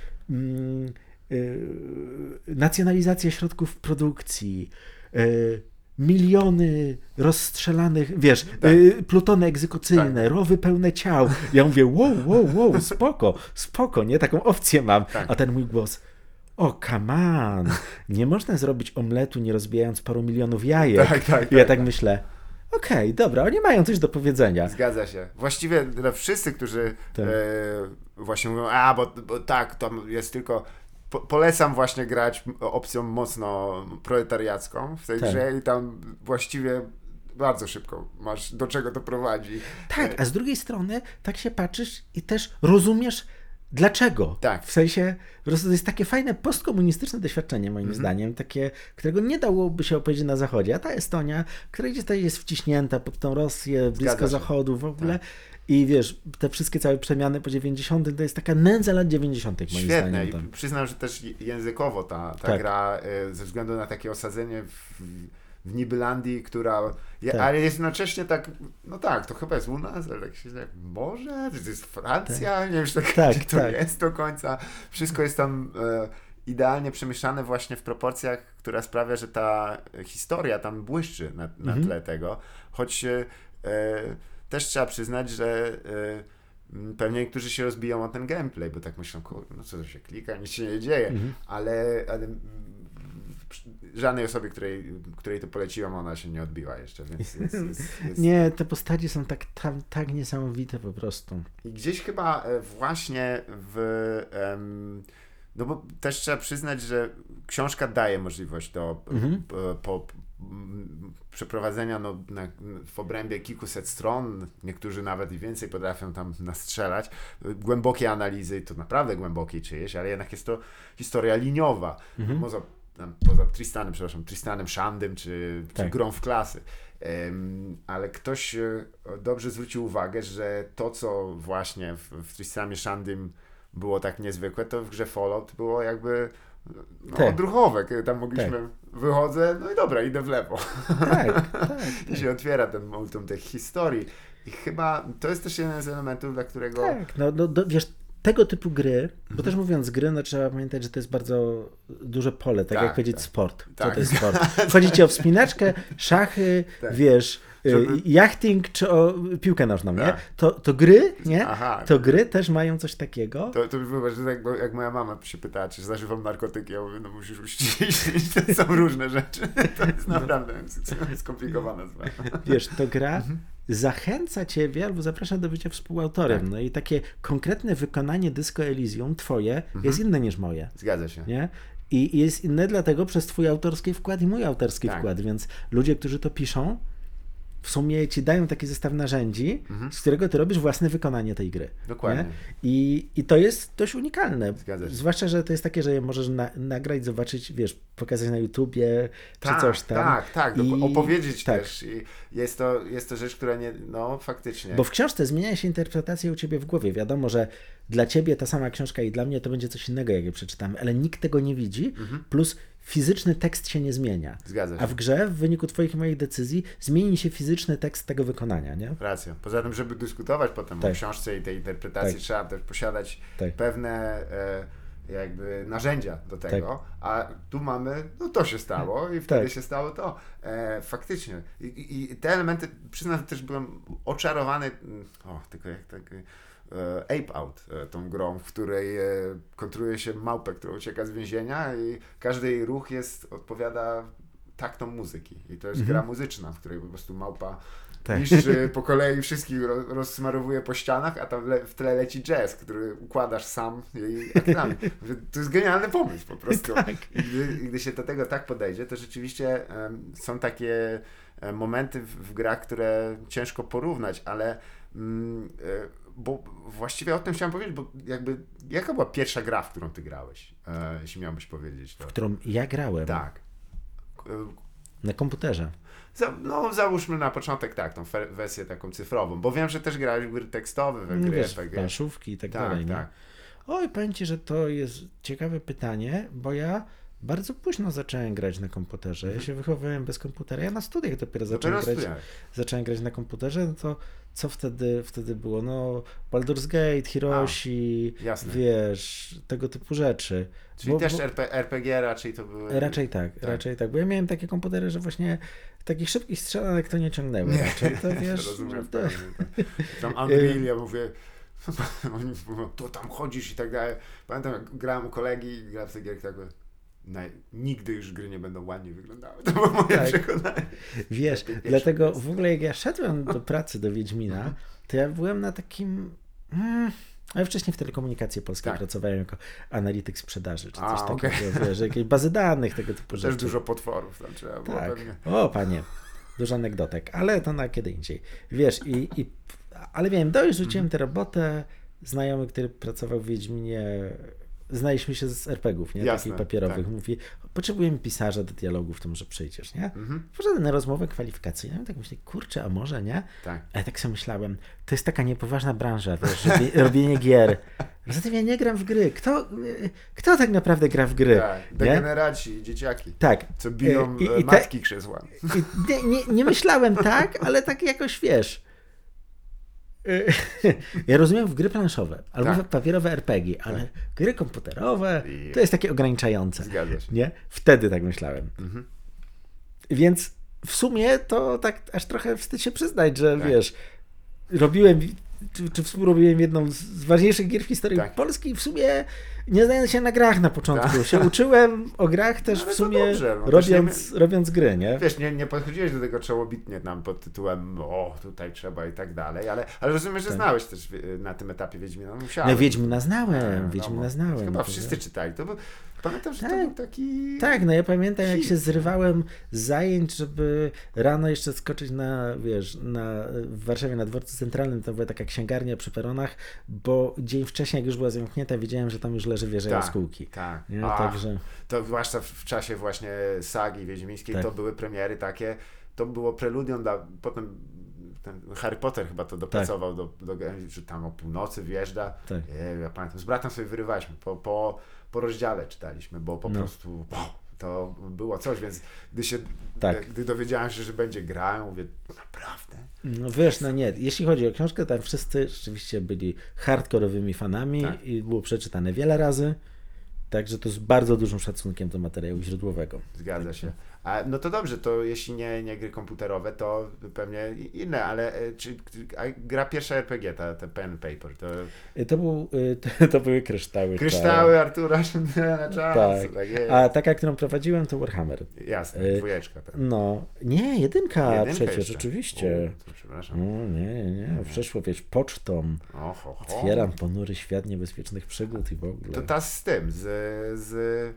nacjonalizacja środków produkcji, miliony rozstrzelanych, wiesz, plutony egzekucyjne, rowy pełne ciał. Ja mówię, wow, spoko, nie? Taką opcję mam. Tak. A ten mój głos, come on, nie można zrobić omletu, nie rozbijając paru milionów jajek. Ja tak myślę, dobra, oni mają coś do powiedzenia. Zgadza się. Właściwie wszyscy, którzy właśnie mówią, bo tak, to jest tylko... Polecam właśnie grać opcją mocno proletariacką w tej grze i tam właściwie bardzo szybko masz do czego to prowadzi. Tak, a z drugiej strony tak się patrzysz i też rozumiesz dlaczego. Tak. W sensie, po prostu to jest takie fajne postkomunistyczne doświadczenie moim zdaniem, takie, którego nie dałoby się opowiedzieć na Zachodzie. A ta Estonia, która gdzieś tutaj jest wciśnięta pod tą Rosję, blisko Zachodu w ogóle. Tak. I wiesz, te wszystkie całe przemiany po 90. to jest taka nędza lat 90. moim zdaniem. Świetne. I przyznam, że też językowo ta gra ze względu na takie osadzenie w Nibylandii, która... Ale jest jednocześnie tak, to chyba jest u nas, ale tak się może? To jest Francja? Nie wiem, gdzie to jest do końca. Wszystko jest tam idealnie przemieszane właśnie w proporcjach, która sprawia, że ta historia tam błyszczy na tle tego. Choć też trzeba przyznać, że pewnie niektórzy się rozbiją o ten gameplay, bo tak myślą, co to się klika, nic się nie dzieje, ale żadnej osobie, której to poleciłam, ona się nie odbiła jeszcze, więc jest... Nie, te postacie są tak niesamowite po prostu. I gdzieś chyba właśnie no bo też trzeba przyznać, że książka daje możliwość do przeprowadzenia w obrębie kilkuset stron, niektórzy nawet i więcej potrafią tam nastrzelać, głębokie analizy, to naprawdę głębokie czyjeś, ale jednak jest to historia liniowa. Poza Tristanem Shandym, czy grą w klasy. Ale ktoś dobrze zwrócił uwagę, że to, co właśnie w Tristanie Shandym było tak niezwykłe, to w grze Fallout było jakby odruchowe, kiedy tam mogliśmy, wychodzę, no i dobra, idę w lewo. I się otwiera ten multum tych historii. I chyba to jest też jeden z elementów, dla którego... Tak, wiesz, tego typu gry, bo też mówiąc gry, no trzeba pamiętać, że to jest bardzo duże pole, tak jak powiedzieć sport. Co to jest sport? Chodzi ci o wspinaczkę, szachy, wiesz, jachting czy o piłkę nożną, nie? To gry, nie? To gry też mają coś takiego. To wyobraź, że jak moja mama się pytała, czy zażywam narkotyki, ja mówię, no musisz uściślić, to są różne rzeczy. To jest naprawdę skomplikowana sprawa. Wiesz, to gra zachęca ciebie albo zaprasza do bycia współautorem. No i takie konkretne wykonanie Disco Elysium twoje jest inne niż moje. Zgadza się. Nie? I jest inne dlatego przez twój autorski wkład i mój autorski wkład, więc ludzie, którzy to piszą, w sumie ci dają taki zestaw narzędzi, z którego ty robisz własne wykonanie tej gry. Dokładnie. I to jest dość unikalne. Zgadza się. Zwłaszcza, że to jest takie, że je możesz nagrać, zobaczyć, wiesz, pokazać na YouTubie, czy coś tam. Tak. Opowiedzieć też. I jest to rzecz, która faktycznie. Bo w książce zmienia się interpretacja u ciebie w głowie. Wiadomo, że dla ciebie ta sama książka i dla mnie to będzie coś innego, jak je przeczytamy, ale nikt tego nie widzi, plus fizyczny tekst się nie zmienia. Zgadza się. A w grze, w wyniku twoich i moich decyzji, zmieni się fizyczny tekst tego wykonania, nie? Racja. Poza tym, żeby dyskutować potem o książce i tej interpretacji, trzeba też posiadać pewne jakby narzędzia do tego, a tu mamy, to się stało i wtedy się stało to. Faktycznie. I te elementy, przyznam, że też byłem oczarowany, tylko jak Ape Out, tą grą, w której kontroluje się małpę, która ucieka z więzienia i każdy jej ruch odpowiada taktom muzyki. I to jest gra muzyczna, w której po prostu małpa niszczy po kolei wszystkich, rozsmarowuje po ścianach, a tam w tle leci jazz, który układasz sam jej aktami. To jest genialny pomysł po prostu. I gdy się do tego tak podejdzie, to rzeczywiście są takie momenty w grach, które ciężko porównać, ale bo właściwie o tym chciałem powiedzieć, bo jakby jaka była pierwsza gra, w którą ty grałeś, jeśli miałbyś powiedzieć to? W którą ja grałem? Tak. Na komputerze. Załóżmy na początek tą wersję taką cyfrową, bo wiem, że też grałeś w gry tekstowe, w gry RPG. Planszówki i tak dalej. Tak. Oj, powiem ci, że to jest ciekawe pytanie, bo ja bardzo późno zacząłem grać na komputerze. Ja się wychowałem bez komputera. Ja na studiach dopiero zacząłem grać na komputerze. No to co wtedy było? Baldur's Gate, Hiroshi, wiesz, tego typu rzeczy. Czyli też RPG raczej to były... Raczej tak. Bo ja miałem takie komputery, że właśnie takich szybkich strzelanek to nie ciągnęły. Raczej to wiesz... Rozumiem. Tam Unreal, ja mówię... Oni mówią, to tam chodzisz i tak dalej. Pamiętam, jak grałem u kolegi i grałem w tej gierki, tak nigdy już gry nie będą ładnie wyglądały. To było moje przekonanie. Wiesz, dlatego w ogóle jak ja szedłem do pracy do Wiedźmina, to ja byłem na takim... Ale wcześniej w telekomunikacji polskiej pracowałem jako analityk sprzedaży, czy coś takiego, wiesz, jakieś bazy danych, tego typu rzeczy. Też dużo potworów tam trzeba było pewnie. O panie, dużo anegdotek, ale to na kiedy indziej. Wiesz, ale wiem, już rzuciłem tę robotę, znajomy, który pracował w Wiedźminie, znaliśmy się z RPG-ów, nie? Takich papierowych. Mówi, potrzebujemy pisarza do dialogów, to może przyjdziesz, nie? Poszedłem na rozmowę kwalifikacyjną i tak myślę, kurczę, a może, nie? Ale tak sobie myślałem, to jest taka niepoważna branża, wiesz, robienie gier. Poza tym ja nie gram w gry. Kto tak naprawdę gra w gry? Degeneraci, dzieciaki. Co biją matki krzesła. Nie myślałem ale tak jakoś, wiesz... Ja rozumiem w gry planszowe albo w papierowe RPG, ale gry komputerowe to jest takie ograniczające. Zgadza się. Nie? Wtedy tak myślałem. Więc w sumie to tak aż trochę wstyd się przyznać, że wiesz, robiłem czy współrobiłem jedną z ważniejszych gier w historii Polski i w sumie Nie znając się na grach na początku. Się uczyłem o grach też w sumie dobrze, robiąc gry, nie? Wiesz, nie podchodziłeś do tego czołobitnie nam pod tytułem tutaj trzeba i tak dalej, ale rozumiem, że znałeś też na tym etapie Wiedźmina. No Wiedźmina znałem. Chyba wszyscy czytali. Pamiętam, że to był taki... Tak, no ja pamiętam, jak się zrywałem z zajęć, żeby rano jeszcze skoczyć w Warszawie na dworcu centralnym, to była taka księgarnia przy peronach, bo dzień wcześniej, jak już była zamknięta, wiedziałem, że tam już leży wieża Jaskółki. Tak. Także... To zwłaszcza w czasie właśnie sagi wiedźmińskiej, to były premiery takie, to było preludium potem ten Harry Potter chyba to dopracował że tam o północy wjeżdża. Tak. Ja pamiętam, z bratem sobie wyrywaliśmy, po rozdziale czytaliśmy, bo po prostu to było coś, więc gdy dowiedziałem się, że będzie gra, mówię, naprawdę? No wiesz, nie, jeśli chodzi o książkę, tam wszyscy rzeczywiście byli hardkorowymi fanami i było przeczytane wiele razy, także to z bardzo dużym szacunkiem do materiału źródłowego. Zgadza się. No to dobrze, to jeśli nie gry komputerowe, to pewnie inne, ale gra pierwsza RPG, te pen paper, to były kryształy. Kryształy Artura Schnitzera czasu. Tak. A taka, którą prowadziłem, to Warhammer. Jasne, 2. No, nie, 1 przecież, jeszcze. Oczywiście. Przepraszam. Nie, przeszło, pocztą. Otwieram ponury świat niebezpiecznych przygód i w ogóle. To ta z tym, z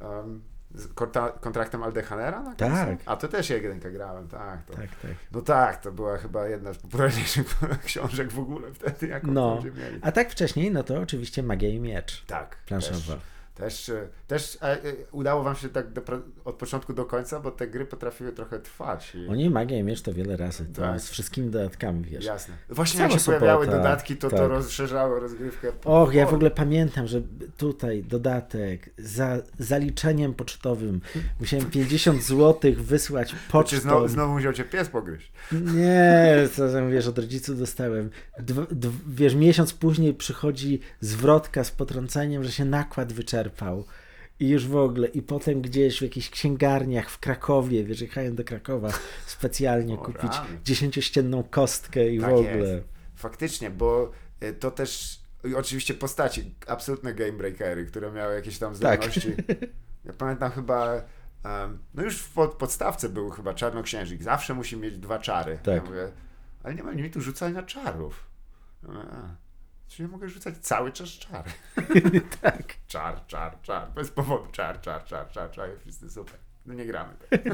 kontraktem Aldehanera? Tak. A to też 1 grałem, tak. Tak. No tak, to była chyba jedna z popularniejszych książek w ogóle wtedy, jaką będziemy mieli. A tak wcześniej, no to oczywiście Magia i Miecz. Tak. Planszowa. Też udało wam się tak od początku do końca, bo te gry potrafiły trochę trwać. Oni Magia i Miecz to wiele razy, z wszystkimi dodatkami, wiesz. Jasne. Właśnie jak się pojawiały dodatki, to rozszerzało rozgrywkę. Ja w ogóle pamiętam, że tutaj dodatek za zaliczeniem pocztowym musiałem 50 zł wysłać pocztą. Znowu musiał cię pies pogryźć. Nie, co wiesz, od rodziców dostałem. Wiesz, miesiąc później przychodzi zwrotka z potrąceniem, że się nakład wyczerpał. I już w ogóle. I potem gdzieś w jakichś księgarniach w Krakowie, wiesz, jechałem do Krakowa specjalnie kupić 10-ścienną kostkę i w ogóle. Jest. Faktycznie, bo to też oczywiście postaci, absolutne game breakery, które miały jakieś tam zdolności. Ja pamiętam chyba, już w podstawce był chyba czarnoksiężnik. Zawsze musi mieć 2 czary. Tak. Ja mówię, ale nie ma limitu rzucania czarów. Czyli ja mogę rzucać cały czas czary. Tak. Czar. Bez powodu. Czar. Wszyscy super. No nie gramy. Tak.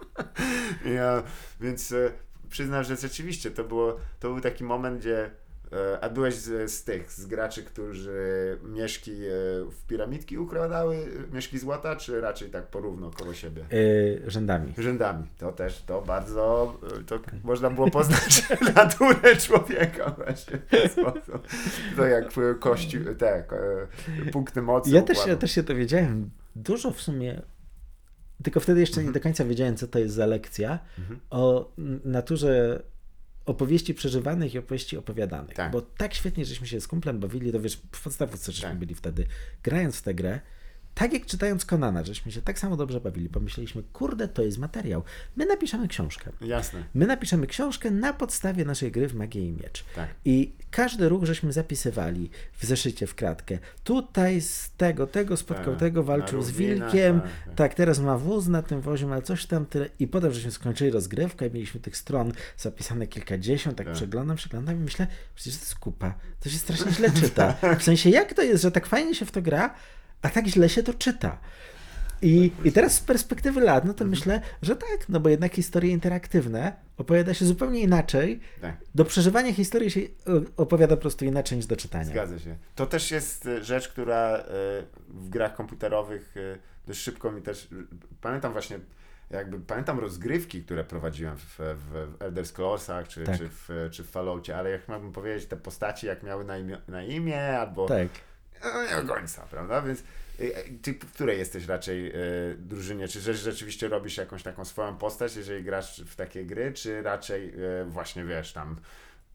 Więc przyznam, że rzeczywiście to był taki moment, gdzie a byłeś z graczy, którzy mieszki w piramidki układały, mieszki złota, czy raczej tak porówno koło siebie? Rzędami. To bardzo, można było poznać naturę człowieka właśnie w ten sposób. To jak kości, punkty mocy. Ja też się dowiedziałem dużo w sumie, tylko wtedy jeszcze nie do końca wiedziałem, co to jest za lekcja o naturze opowieści przeżywanych i opowieści opowiadanych. Tak. Bo tak świetnie, żeśmy się z kumplem bawili, to wiesz, w podstawówce żeśmy byli wtedy, grając w tę grę, tak jak czytając Conana, żeśmy się tak samo dobrze bawili. Pomyśleliśmy, kurde, to jest materiał. My napiszemy książkę. Jasne. My napiszemy książkę na podstawie naszej gry w Magię i Miecz. Tak. I każdy ruch żeśmy zapisywali w zeszycie, w kratkę. Tutaj z tego spotkał tego, walczył z wilkiem. Tak, teraz ma wóz na tym wozie, ma coś tam tyle. I potem żeśmy skończyli rozgrywkę i mieliśmy tych stron zapisane kilkadziesiąt, tak przeglądam i myślę, przecież to jest kupa. To się strasznie źle czyta. W sensie, jak to jest, że tak fajnie się w to gra, a tak źle się to czyta. I teraz z perspektywy lat, no to myślę, że tak, no bo jednak historie interaktywne opowiada się zupełnie inaczej. Tak. Do przeżywania historii się opowiada po prostu inaczej niż do czytania. Zgadza się. To też jest rzecz, która w grach komputerowych dość szybko mi też... Pamiętam rozgrywki, które prowadziłem w Elder Scrollsach czy w Falloutie, ale jak miałbym powiedzieć, te postaci jak miały na imię albo... Tak. Nie do końca, prawda? Więc ty w której jesteś raczej drużynie? Czy rzeczywiście robisz jakąś taką swoją postać, jeżeli grasz w takie gry, czy raczej właśnie wiesz tam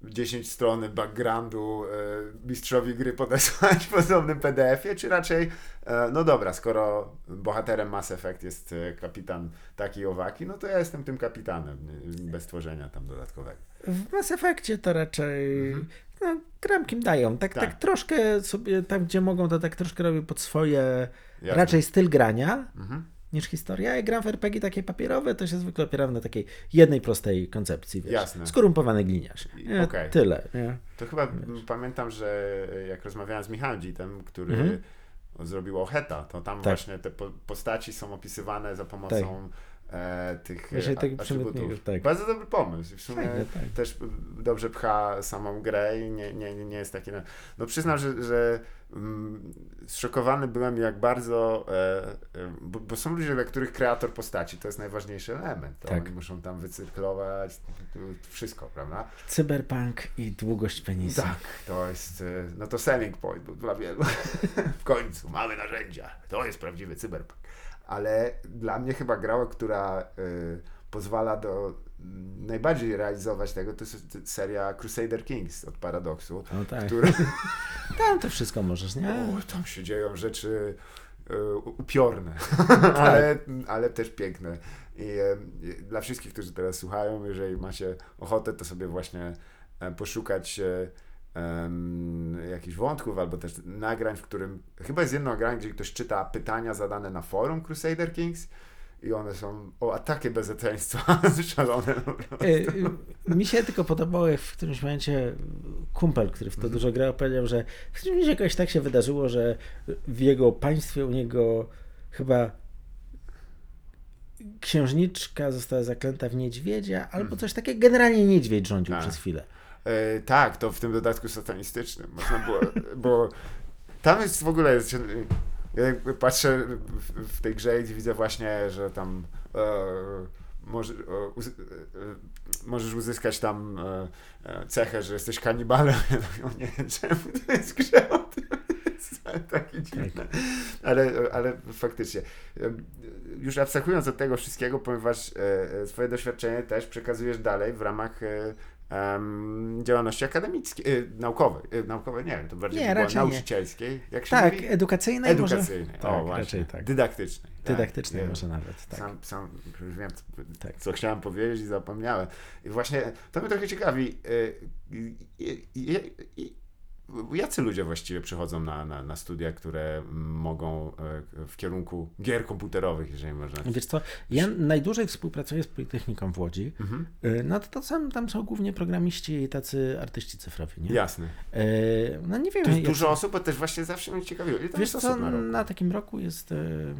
10 strony backgroundu mistrzowi gry podesłać w osobnym PDF-ie, czy raczej no dobra, skoro bohaterem Mass Effect jest kapitan taki i owaki, no to ja jestem tym kapitanem, bez tworzenia tam dodatkowego. W Mass Effectie to raczej no, gram kim dają. Tak troszkę sobie, tam gdzie mogą, to tak troszkę robię pod swoje raczej styl grania niż historia. Ja gram w RPG takie papierowe, to się zwykle opieram na takiej jednej prostej koncepcji, wiesz. Jasne. Skorumpowany gliniarz. Okay. Tyle. Nie? To chyba pamiętam, że jak rozmawiałem z Michałem Dzitem, który zrobił Oheta, to tam właśnie te postaci są opisywane za pomocą tych atrybutów. Bardzo dobry pomysł. W sumie też dobrze pcha samą grę i nie jest taki... No przyznam, że zszokowany byłem, jak bardzo... Bo są ludzie, dla których kreator postaci to jest najważniejszy element. Oni muszą tam wycyrklować wszystko, prawda? Cyberpunk i długość penisa. Tak, to jest... No to selling point był dla wielu. W końcu mamy narzędzia. To jest prawdziwy cyberpunk. Ale dla mnie chyba gra, która pozwala najbardziej realizować tego, to jest seria Crusader Kings od Paradoxu. No tak. Która... Tam to wszystko możesz, nie? Tam się dzieją rzeczy upiorne, ale też piękne. I dla wszystkich, którzy teraz słuchają, jeżeli macie ochotę, to sobie właśnie poszukać jakichś wątków, albo też nagrań, w którym chyba jest jedno nagranie, gdzie ktoś czyta pytania zadane na forum Crusader Kings i one są takie bezeceństwa szalone. Mi się tylko podobało, jak w którymś momencie kumpel, który w to dużo grał, powiedział, że w którymś momencie jakoś tak się wydarzyło, że w jego państwie u niego chyba księżniczka została zaklęta w niedźwiedzia, albo coś takiego. Generalnie niedźwiedź rządził przez chwilę. Tak, to w tym dodatku satanistycznym można było, bo tam jest w ogóle, ja jakby patrzę w tej grze i widzę właśnie, że tam możesz uzyskać tam cechę, że jesteś kanibalem. O nie, czemu to jest grze o tym? Takie dziwne. Ale faktycznie. Już abstrahując od tego wszystkiego, ponieważ swoje doświadczenie też przekazujesz dalej w ramach działalności akademickiej, naukowej, nie wiem, to bardziej było nauczycielskiej. Jak się mówi? Edukacyjnej. Edukacyjnej, tak, raczej tak. Dydaktycznej. Dydaktycznej może nawet, tak. Sam już wiem, co chciałem powiedzieć i zapomniałem. I właśnie to mnie trochę ciekawi, jacy ludzie właściwie przychodzą na studia, które mogą w kierunku gier komputerowych, jeżeli można... Wiesz co, ja najdłużej współpracuję z Politechniką w Łodzi, no to tam są głównie programiści i tacy artyści cyfrowi, nie? Jasne. No nie wiem... To jest dużo osób, bo też właśnie zawsze mnie ciekawiło. Wiesz co, na takim roku jest...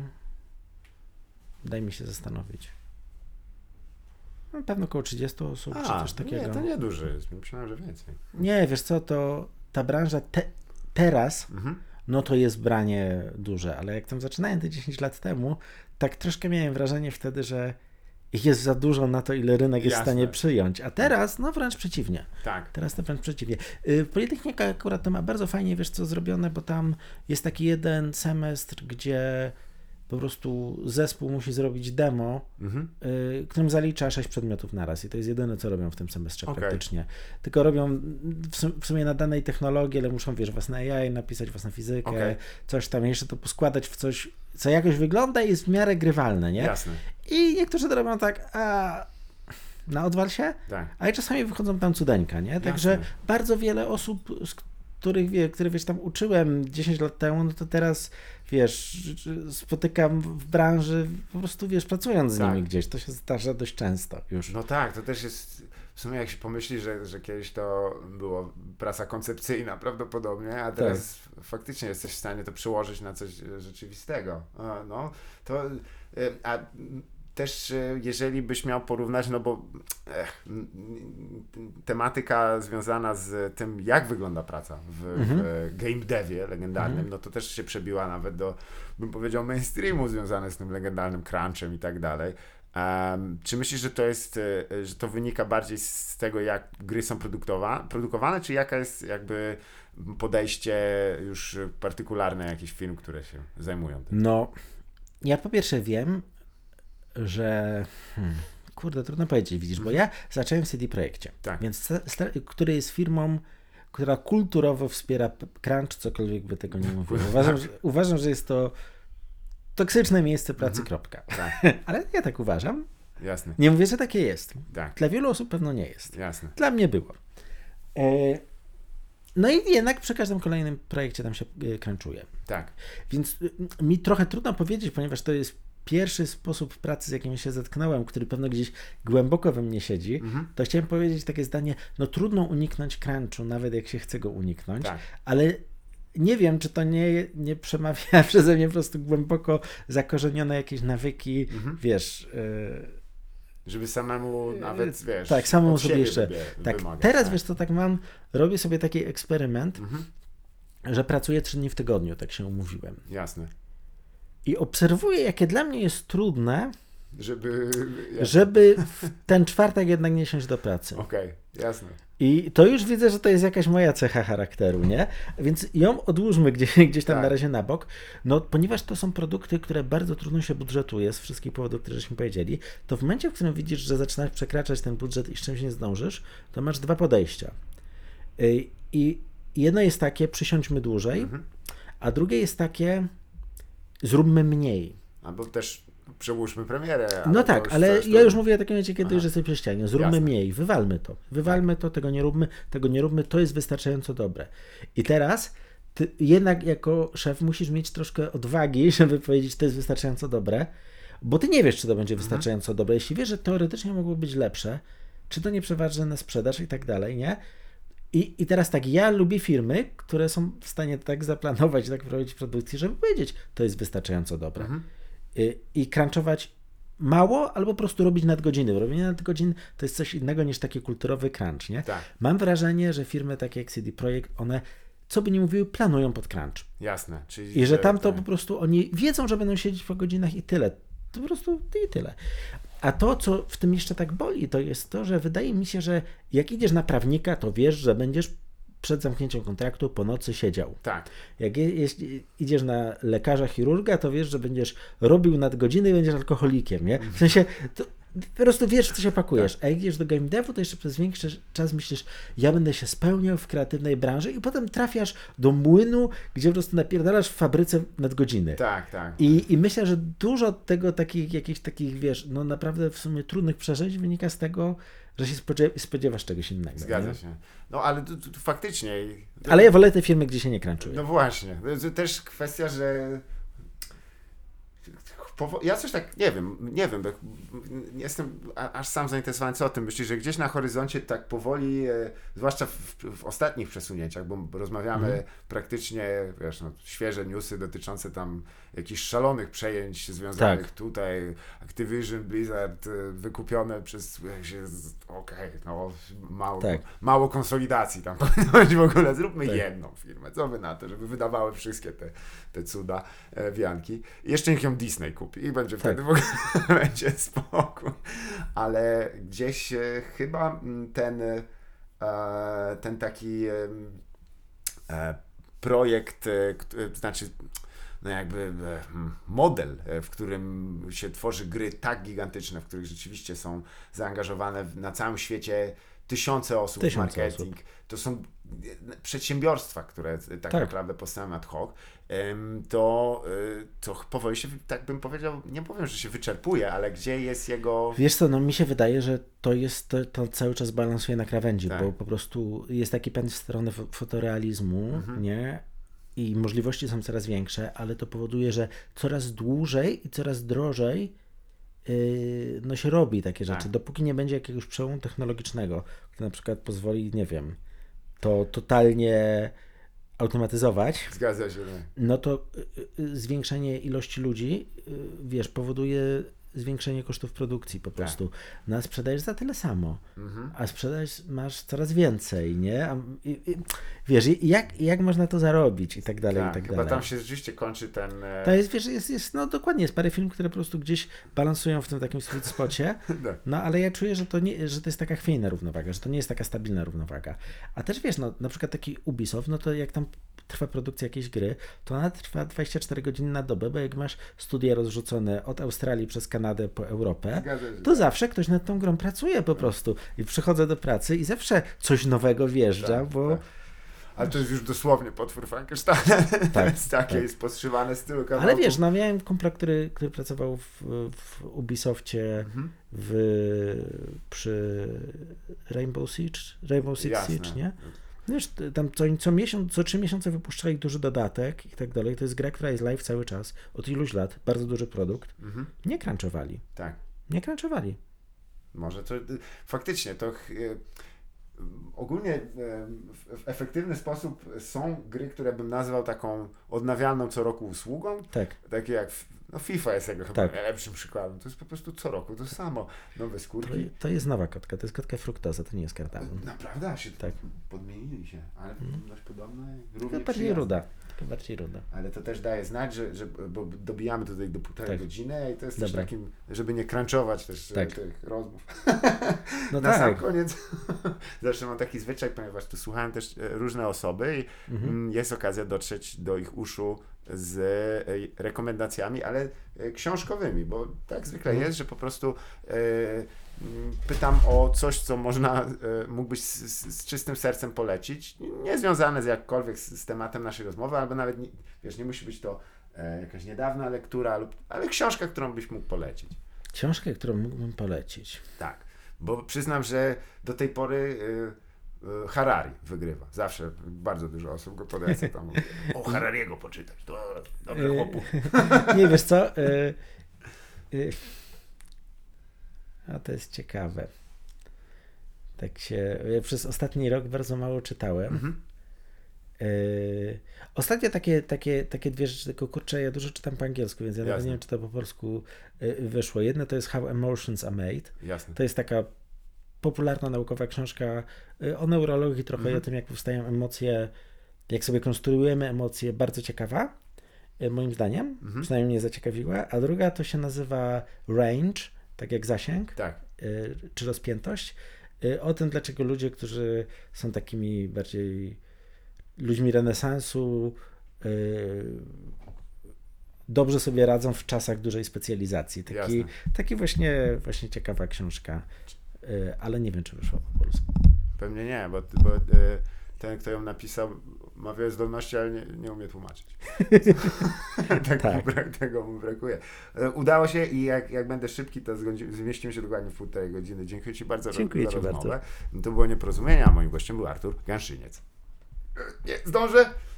Daj mi się zastanowić. No, pewno około 30 osób, czy coś takiego. Nie, to nie duży jest. Myślałem, że więcej. Nie, wiesz co, to ta branża teraz, no to jest branie duże, ale jak tam zaczynałem te 10 lat temu, tak troszkę miałem wrażenie wtedy, że ich jest za dużo na to, ile rynek jest w stanie przyjąć. A teraz, no wręcz przeciwnie. Tak. Teraz to wręcz przeciwnie. Politechnika akurat to ma bardzo fajnie, wiesz co, zrobione, bo tam jest taki jeden semestr, gdzie po prostu zespół musi zrobić demo, którym zalicza 6 przedmiotów naraz i to jest jedyne, co robią w tym semestrze praktycznie. Tylko robią w sumie na danej technologii, ale muszą, wiesz, własne AI napisać, własną fizykę, coś tam, jeszcze to poskładać w coś, co jakoś wygląda i jest w miarę grywalne, nie? Jasne. I niektórzy to robią tak, na odwal się, ale czasami wychodzą tam cudeńka, nie? Także bardzo wiele osób, które wiesz, tam uczyłem 10 lat temu, no to teraz, wiesz, spotykam w branży, po prostu, wiesz, pracując z nimi gdzieś, to się zdarza dość często już. No tak, to też jest, w sumie jak się pomyśli, że kiedyś to było praca koncepcyjna prawdopodobnie, a teraz faktycznie jesteś w stanie to przełożyć na coś rzeczywistego. No, to... Też jeżeli byś miał porównać, no bo tematyka związana z tym, jak wygląda praca w game devie legendarnym, no to też się przebiła nawet do, bym powiedział, mainstreamu związane z tym legendarnym crunchem i tak dalej. Czy myślisz, że to jest, że to wynika bardziej z tego, jak gry są produkowane, czy jaka jest jakby podejście już partykularne jakichś firm, które się zajmują tym? No, ja po pierwsze wiem, że Kurde, trudno powiedzieć, widzisz, bo ja zacząłem w CD Projekcie, więc który jest firmą, która kulturowo wspiera crunch, cokolwiek by tego nie mówiło. Uważam, że jest to toksyczne miejsce pracy, kropka. Ale ja tak uważam. Jasne. Nie mówię, że takie jest. Tak. Dla wielu osób pewno nie jest. Jasne. Dla mnie było. No i jednak przy każdym kolejnym projekcie tam się crunchuje. Tak. Więc mi trochę trudno powiedzieć, ponieważ to jest pierwszy sposób pracy, z jakim się zetknąłem, który pewno gdzieś głęboko we mnie siedzi, to chciałem powiedzieć takie zdanie, no trudno uniknąć crunchu, nawet jak się chce go uniknąć, ale nie wiem, czy to nie przemawia przeze mnie po prostu głęboko zakorzenione jakieś nawyki, wiesz... Żeby samemu nawet, wiesz... Tak, samemu sobie jeszcze... Tak, teraz, wiesz co, tak mam, robię sobie taki eksperyment, że pracuję 3 dni w tygodniu, tak się umówiłem. Jasne. I obserwuję, jakie dla mnie jest trudne, żeby w ten czwartek jednak nie siąść do pracy. Okej, jasne. I to już widzę, że to jest jakaś moja cecha charakteru, nie? Więc ją odłóżmy gdzieś tam na razie na bok, no ponieważ to są produkty, które bardzo trudno się budżetuje z wszystkich powodów, które żeśmy powiedzieli, to w momencie, w którym widzisz, że zaczynasz przekraczać ten budżet i z czymś nie zdążysz, to masz 2 podejścia. I jedno jest takie, przysiądźmy dłużej, a drugie jest takie, zróbmy mniej. Albo też przełóżmy premierę. No tak, ale ja już mówię o takim momencie, kiedy już jesteś przy ścianie. Zróbmy mniej, wywalmy to, tego nie róbmy, to jest wystarczająco dobre. I teraz ty jednak jako szef musisz mieć troszkę odwagi, żeby powiedzieć, to jest wystarczająco dobre, bo ty nie wiesz, czy to będzie wystarczająco dobre. Jeśli wiesz, że teoretycznie mogło być lepsze, czy to nie przeważy na sprzedaż i tak dalej, nie? I teraz tak, ja lubię firmy, które są w stanie tak zaplanować, tak prowadzić produkcję, żeby powiedzieć, to jest wystarczająco dobre. I crunchować mało, albo po prostu robić nadgodziny. Robienie nadgodzin to jest coś innego niż taki kulturowy crunch, nie? Tak. Mam wrażenie, że firmy takie jak CD Projekt, one, co by nie mówiły, planują pod crunch. Jasne. Czyli, I że tam to po prostu oni wiedzą, że będą siedzieć po godzinach i tyle. To po prostu i tyle. A to, co w tym jeszcze tak boli, to jest to, że wydaje mi się, że jak idziesz na prawnika, to wiesz, że będziesz przed zamknięciem kontraktu po nocy siedział. Tak. Jak idziesz na lekarza, chirurga, to wiesz, że będziesz robił nadgodziny i będziesz alkoholikiem, nie? W sensie, to po prostu wiesz, w co się pakujesz. A jak idziesz do game devu, to jeszcze przez większy czas myślisz, ja będę się spełniał w kreatywnej branży i potem trafiasz do młynu, gdzie po prostu napierdalasz w fabryce nadgodziny. Tak, tak. I myślę, że dużo tego jakichś takich, wiesz, no naprawdę w sumie trudnych przeżyć wynika z tego, że się spodziewasz czegoś innego. Zgadza się. No ale to faktycznie... Ale ja wolę te firmy, gdzie się nie crunchuje. No właśnie. To też kwestia, że... Ja coś tak, nie wiem, bo jestem aż sam zainteresowany, co o tym myślisz, że gdzieś na horyzoncie tak powoli, zwłaszcza w ostatnich przesunięciach, bo rozmawiamy praktycznie, wiesz, no, świeże newsy dotyczące tam jakichś szalonych przejęć związanych tutaj, Activision, Blizzard, wykupione przez, mało konsolidacji tam w ogóle, zróbmy jedną firmę, co wy na to, żeby wydawały wszystkie te cuda, wianki. Jeszcze niech ją Disney kupi i będzie wtedy w ogóle będzie spokój. Ale gdzieś chyba ten taki projekt, znaczy no jakby model, w którym się tworzy gry tak gigantyczne, w których rzeczywiście są zaangażowane na całym świecie tysiące osób w marketing. To są przedsiębiorstwa, które tak naprawdę powstają ad hoc, to powoli się, tak bym powiedział, nie powiem, że się wyczerpuje, ale gdzie jest jego... Wiesz co, no mi się wydaje, że to cały czas balansuje na krawędzi, bo po prostu jest taki pęd w stronę fotorealizmu, nie? I możliwości są coraz większe, ale to powoduje, że coraz dłużej i coraz drożej no się robi takie rzeczy. Dopóki nie będzie jakiegoś przełomu technologicznego, który na przykład pozwoli, nie wiem, to totalnie automatyzować. Zgadza się. No to zwiększenie ilości ludzi, wiesz, powoduje zwiększenie kosztów produkcji po prostu. No a sprzedajesz za tyle samo, a sprzedajesz masz coraz więcej, nie? Wiesz, jak można to zarobić i tak dalej, i tak chyba dalej. Tam się rzeczywiście kończy ten... To jest, wiesz, no dokładnie, jest parę filmów, które po prostu gdzieś balansują w tym takim sweet spocie, no ale ja czuję, że to jest taka chwiejna równowaga, że to nie jest taka stabilna równowaga. A też wiesz, no na przykład taki Ubisoft, no to jak tam trwa produkcja jakiejś gry, to ona trwa 24 godziny na dobę, bo jak masz studia rozrzucone od Australii przez Kanadę po Europę, to zawsze ktoś nad tą grą pracuje po prostu. I przychodzę do pracy i zawsze coś nowego wjeżdża, bo... Tak. Ale to jest już dosłownie potwór Frankensteina. Tak, jest takie, jest podszywane z tyłu kawałków. Ale wiesz, no miałem kumpla, który pracował w Ubisoftie przy Rainbow Six Siege, nie? Wiesz, tam co 3 miesiące wypuszczali duży dodatek i tak dalej. To jest gra, która jest live cały czas, od iluś lat, bardzo duży produkt. Nie crunchowali. Tak. Nie crunchowali. Może to faktycznie to ogólnie w efektywny sposób są gry, które bym nazwał taką odnawialną co roku usługą. Tak. Takie jak FIFA jest chyba najlepszym przykładem. To jest po prostu co roku to samo. Nowe skórki. To jest nowa kotka, to jest kotka fruktoza, to nie jest kartafel. Naprawdę? A się tak. Podmienili się, ale dość podobne. Tylko bardziej ruda. Ale to też daje znać, bo dobijamy tutaj do 1,5 godziny i to jest też takim, żeby nie crunchować też tych rozmów. No Na sam koniec zawsze mam taki zwyczaj, ponieważ tu słuchałem też różne osoby i jest okazja dotrzeć do ich uszu z rekomendacjami, ale książkowymi, bo tak zwykle jest, że po prostu pytam o coś, co mógłbyś z czystym sercem polecić, nie związane z jakkolwiek z tematem naszej rozmowy, albo nawet, nie musi być to jakaś niedawna lektura, ale książka, którą byś mógł polecić. Książkę, którą mógłbym polecić. Tak, bo przyznam, że do tej pory Harari wygrywa. Zawsze bardzo dużo osób go poleca tam. O Harariego poczytać, to dobry chłopu. Nie, wiesz co? A to jest ciekawe. Ja przez ostatni rok bardzo mało czytałem. Ostatnio takie dwie rzeczy, tylko kurczę, ja dużo czytam po angielsku, więc ja nawet nie wiem, czy to po polsku wyszło. Jedno to jest How Emotions Are Made. Jasne. To jest taka popularna naukowa książka o neurologii, trochę i o tym, jak powstają emocje, jak sobie konstruujemy emocje, bardzo ciekawa, moim zdaniem, przynajmniej mnie zaciekawiła, a druga to się nazywa Range, tak jak zasięg, czy rozpiętość, o tym, dlaczego ludzie, którzy są takimi bardziej ludźmi renesansu, dobrze sobie radzą w czasach dużej specjalizacji. Taki właśnie ciekawa książka, ale nie wiem, czy wyszła po polsku. Pewnie nie, bo ten, kto ją napisał, ma wiele zdolności, ale nie umie tłumaczyć. Tego mu brakuje. Udało się i jak będę szybki, to zmieścimy się dokładnie w 1,5 godziny. Dziękuję Ci bardzo za rozmowę. To było Nieporozumienie, a moim gościem był Artur Ganszyniec. Nie zdążę?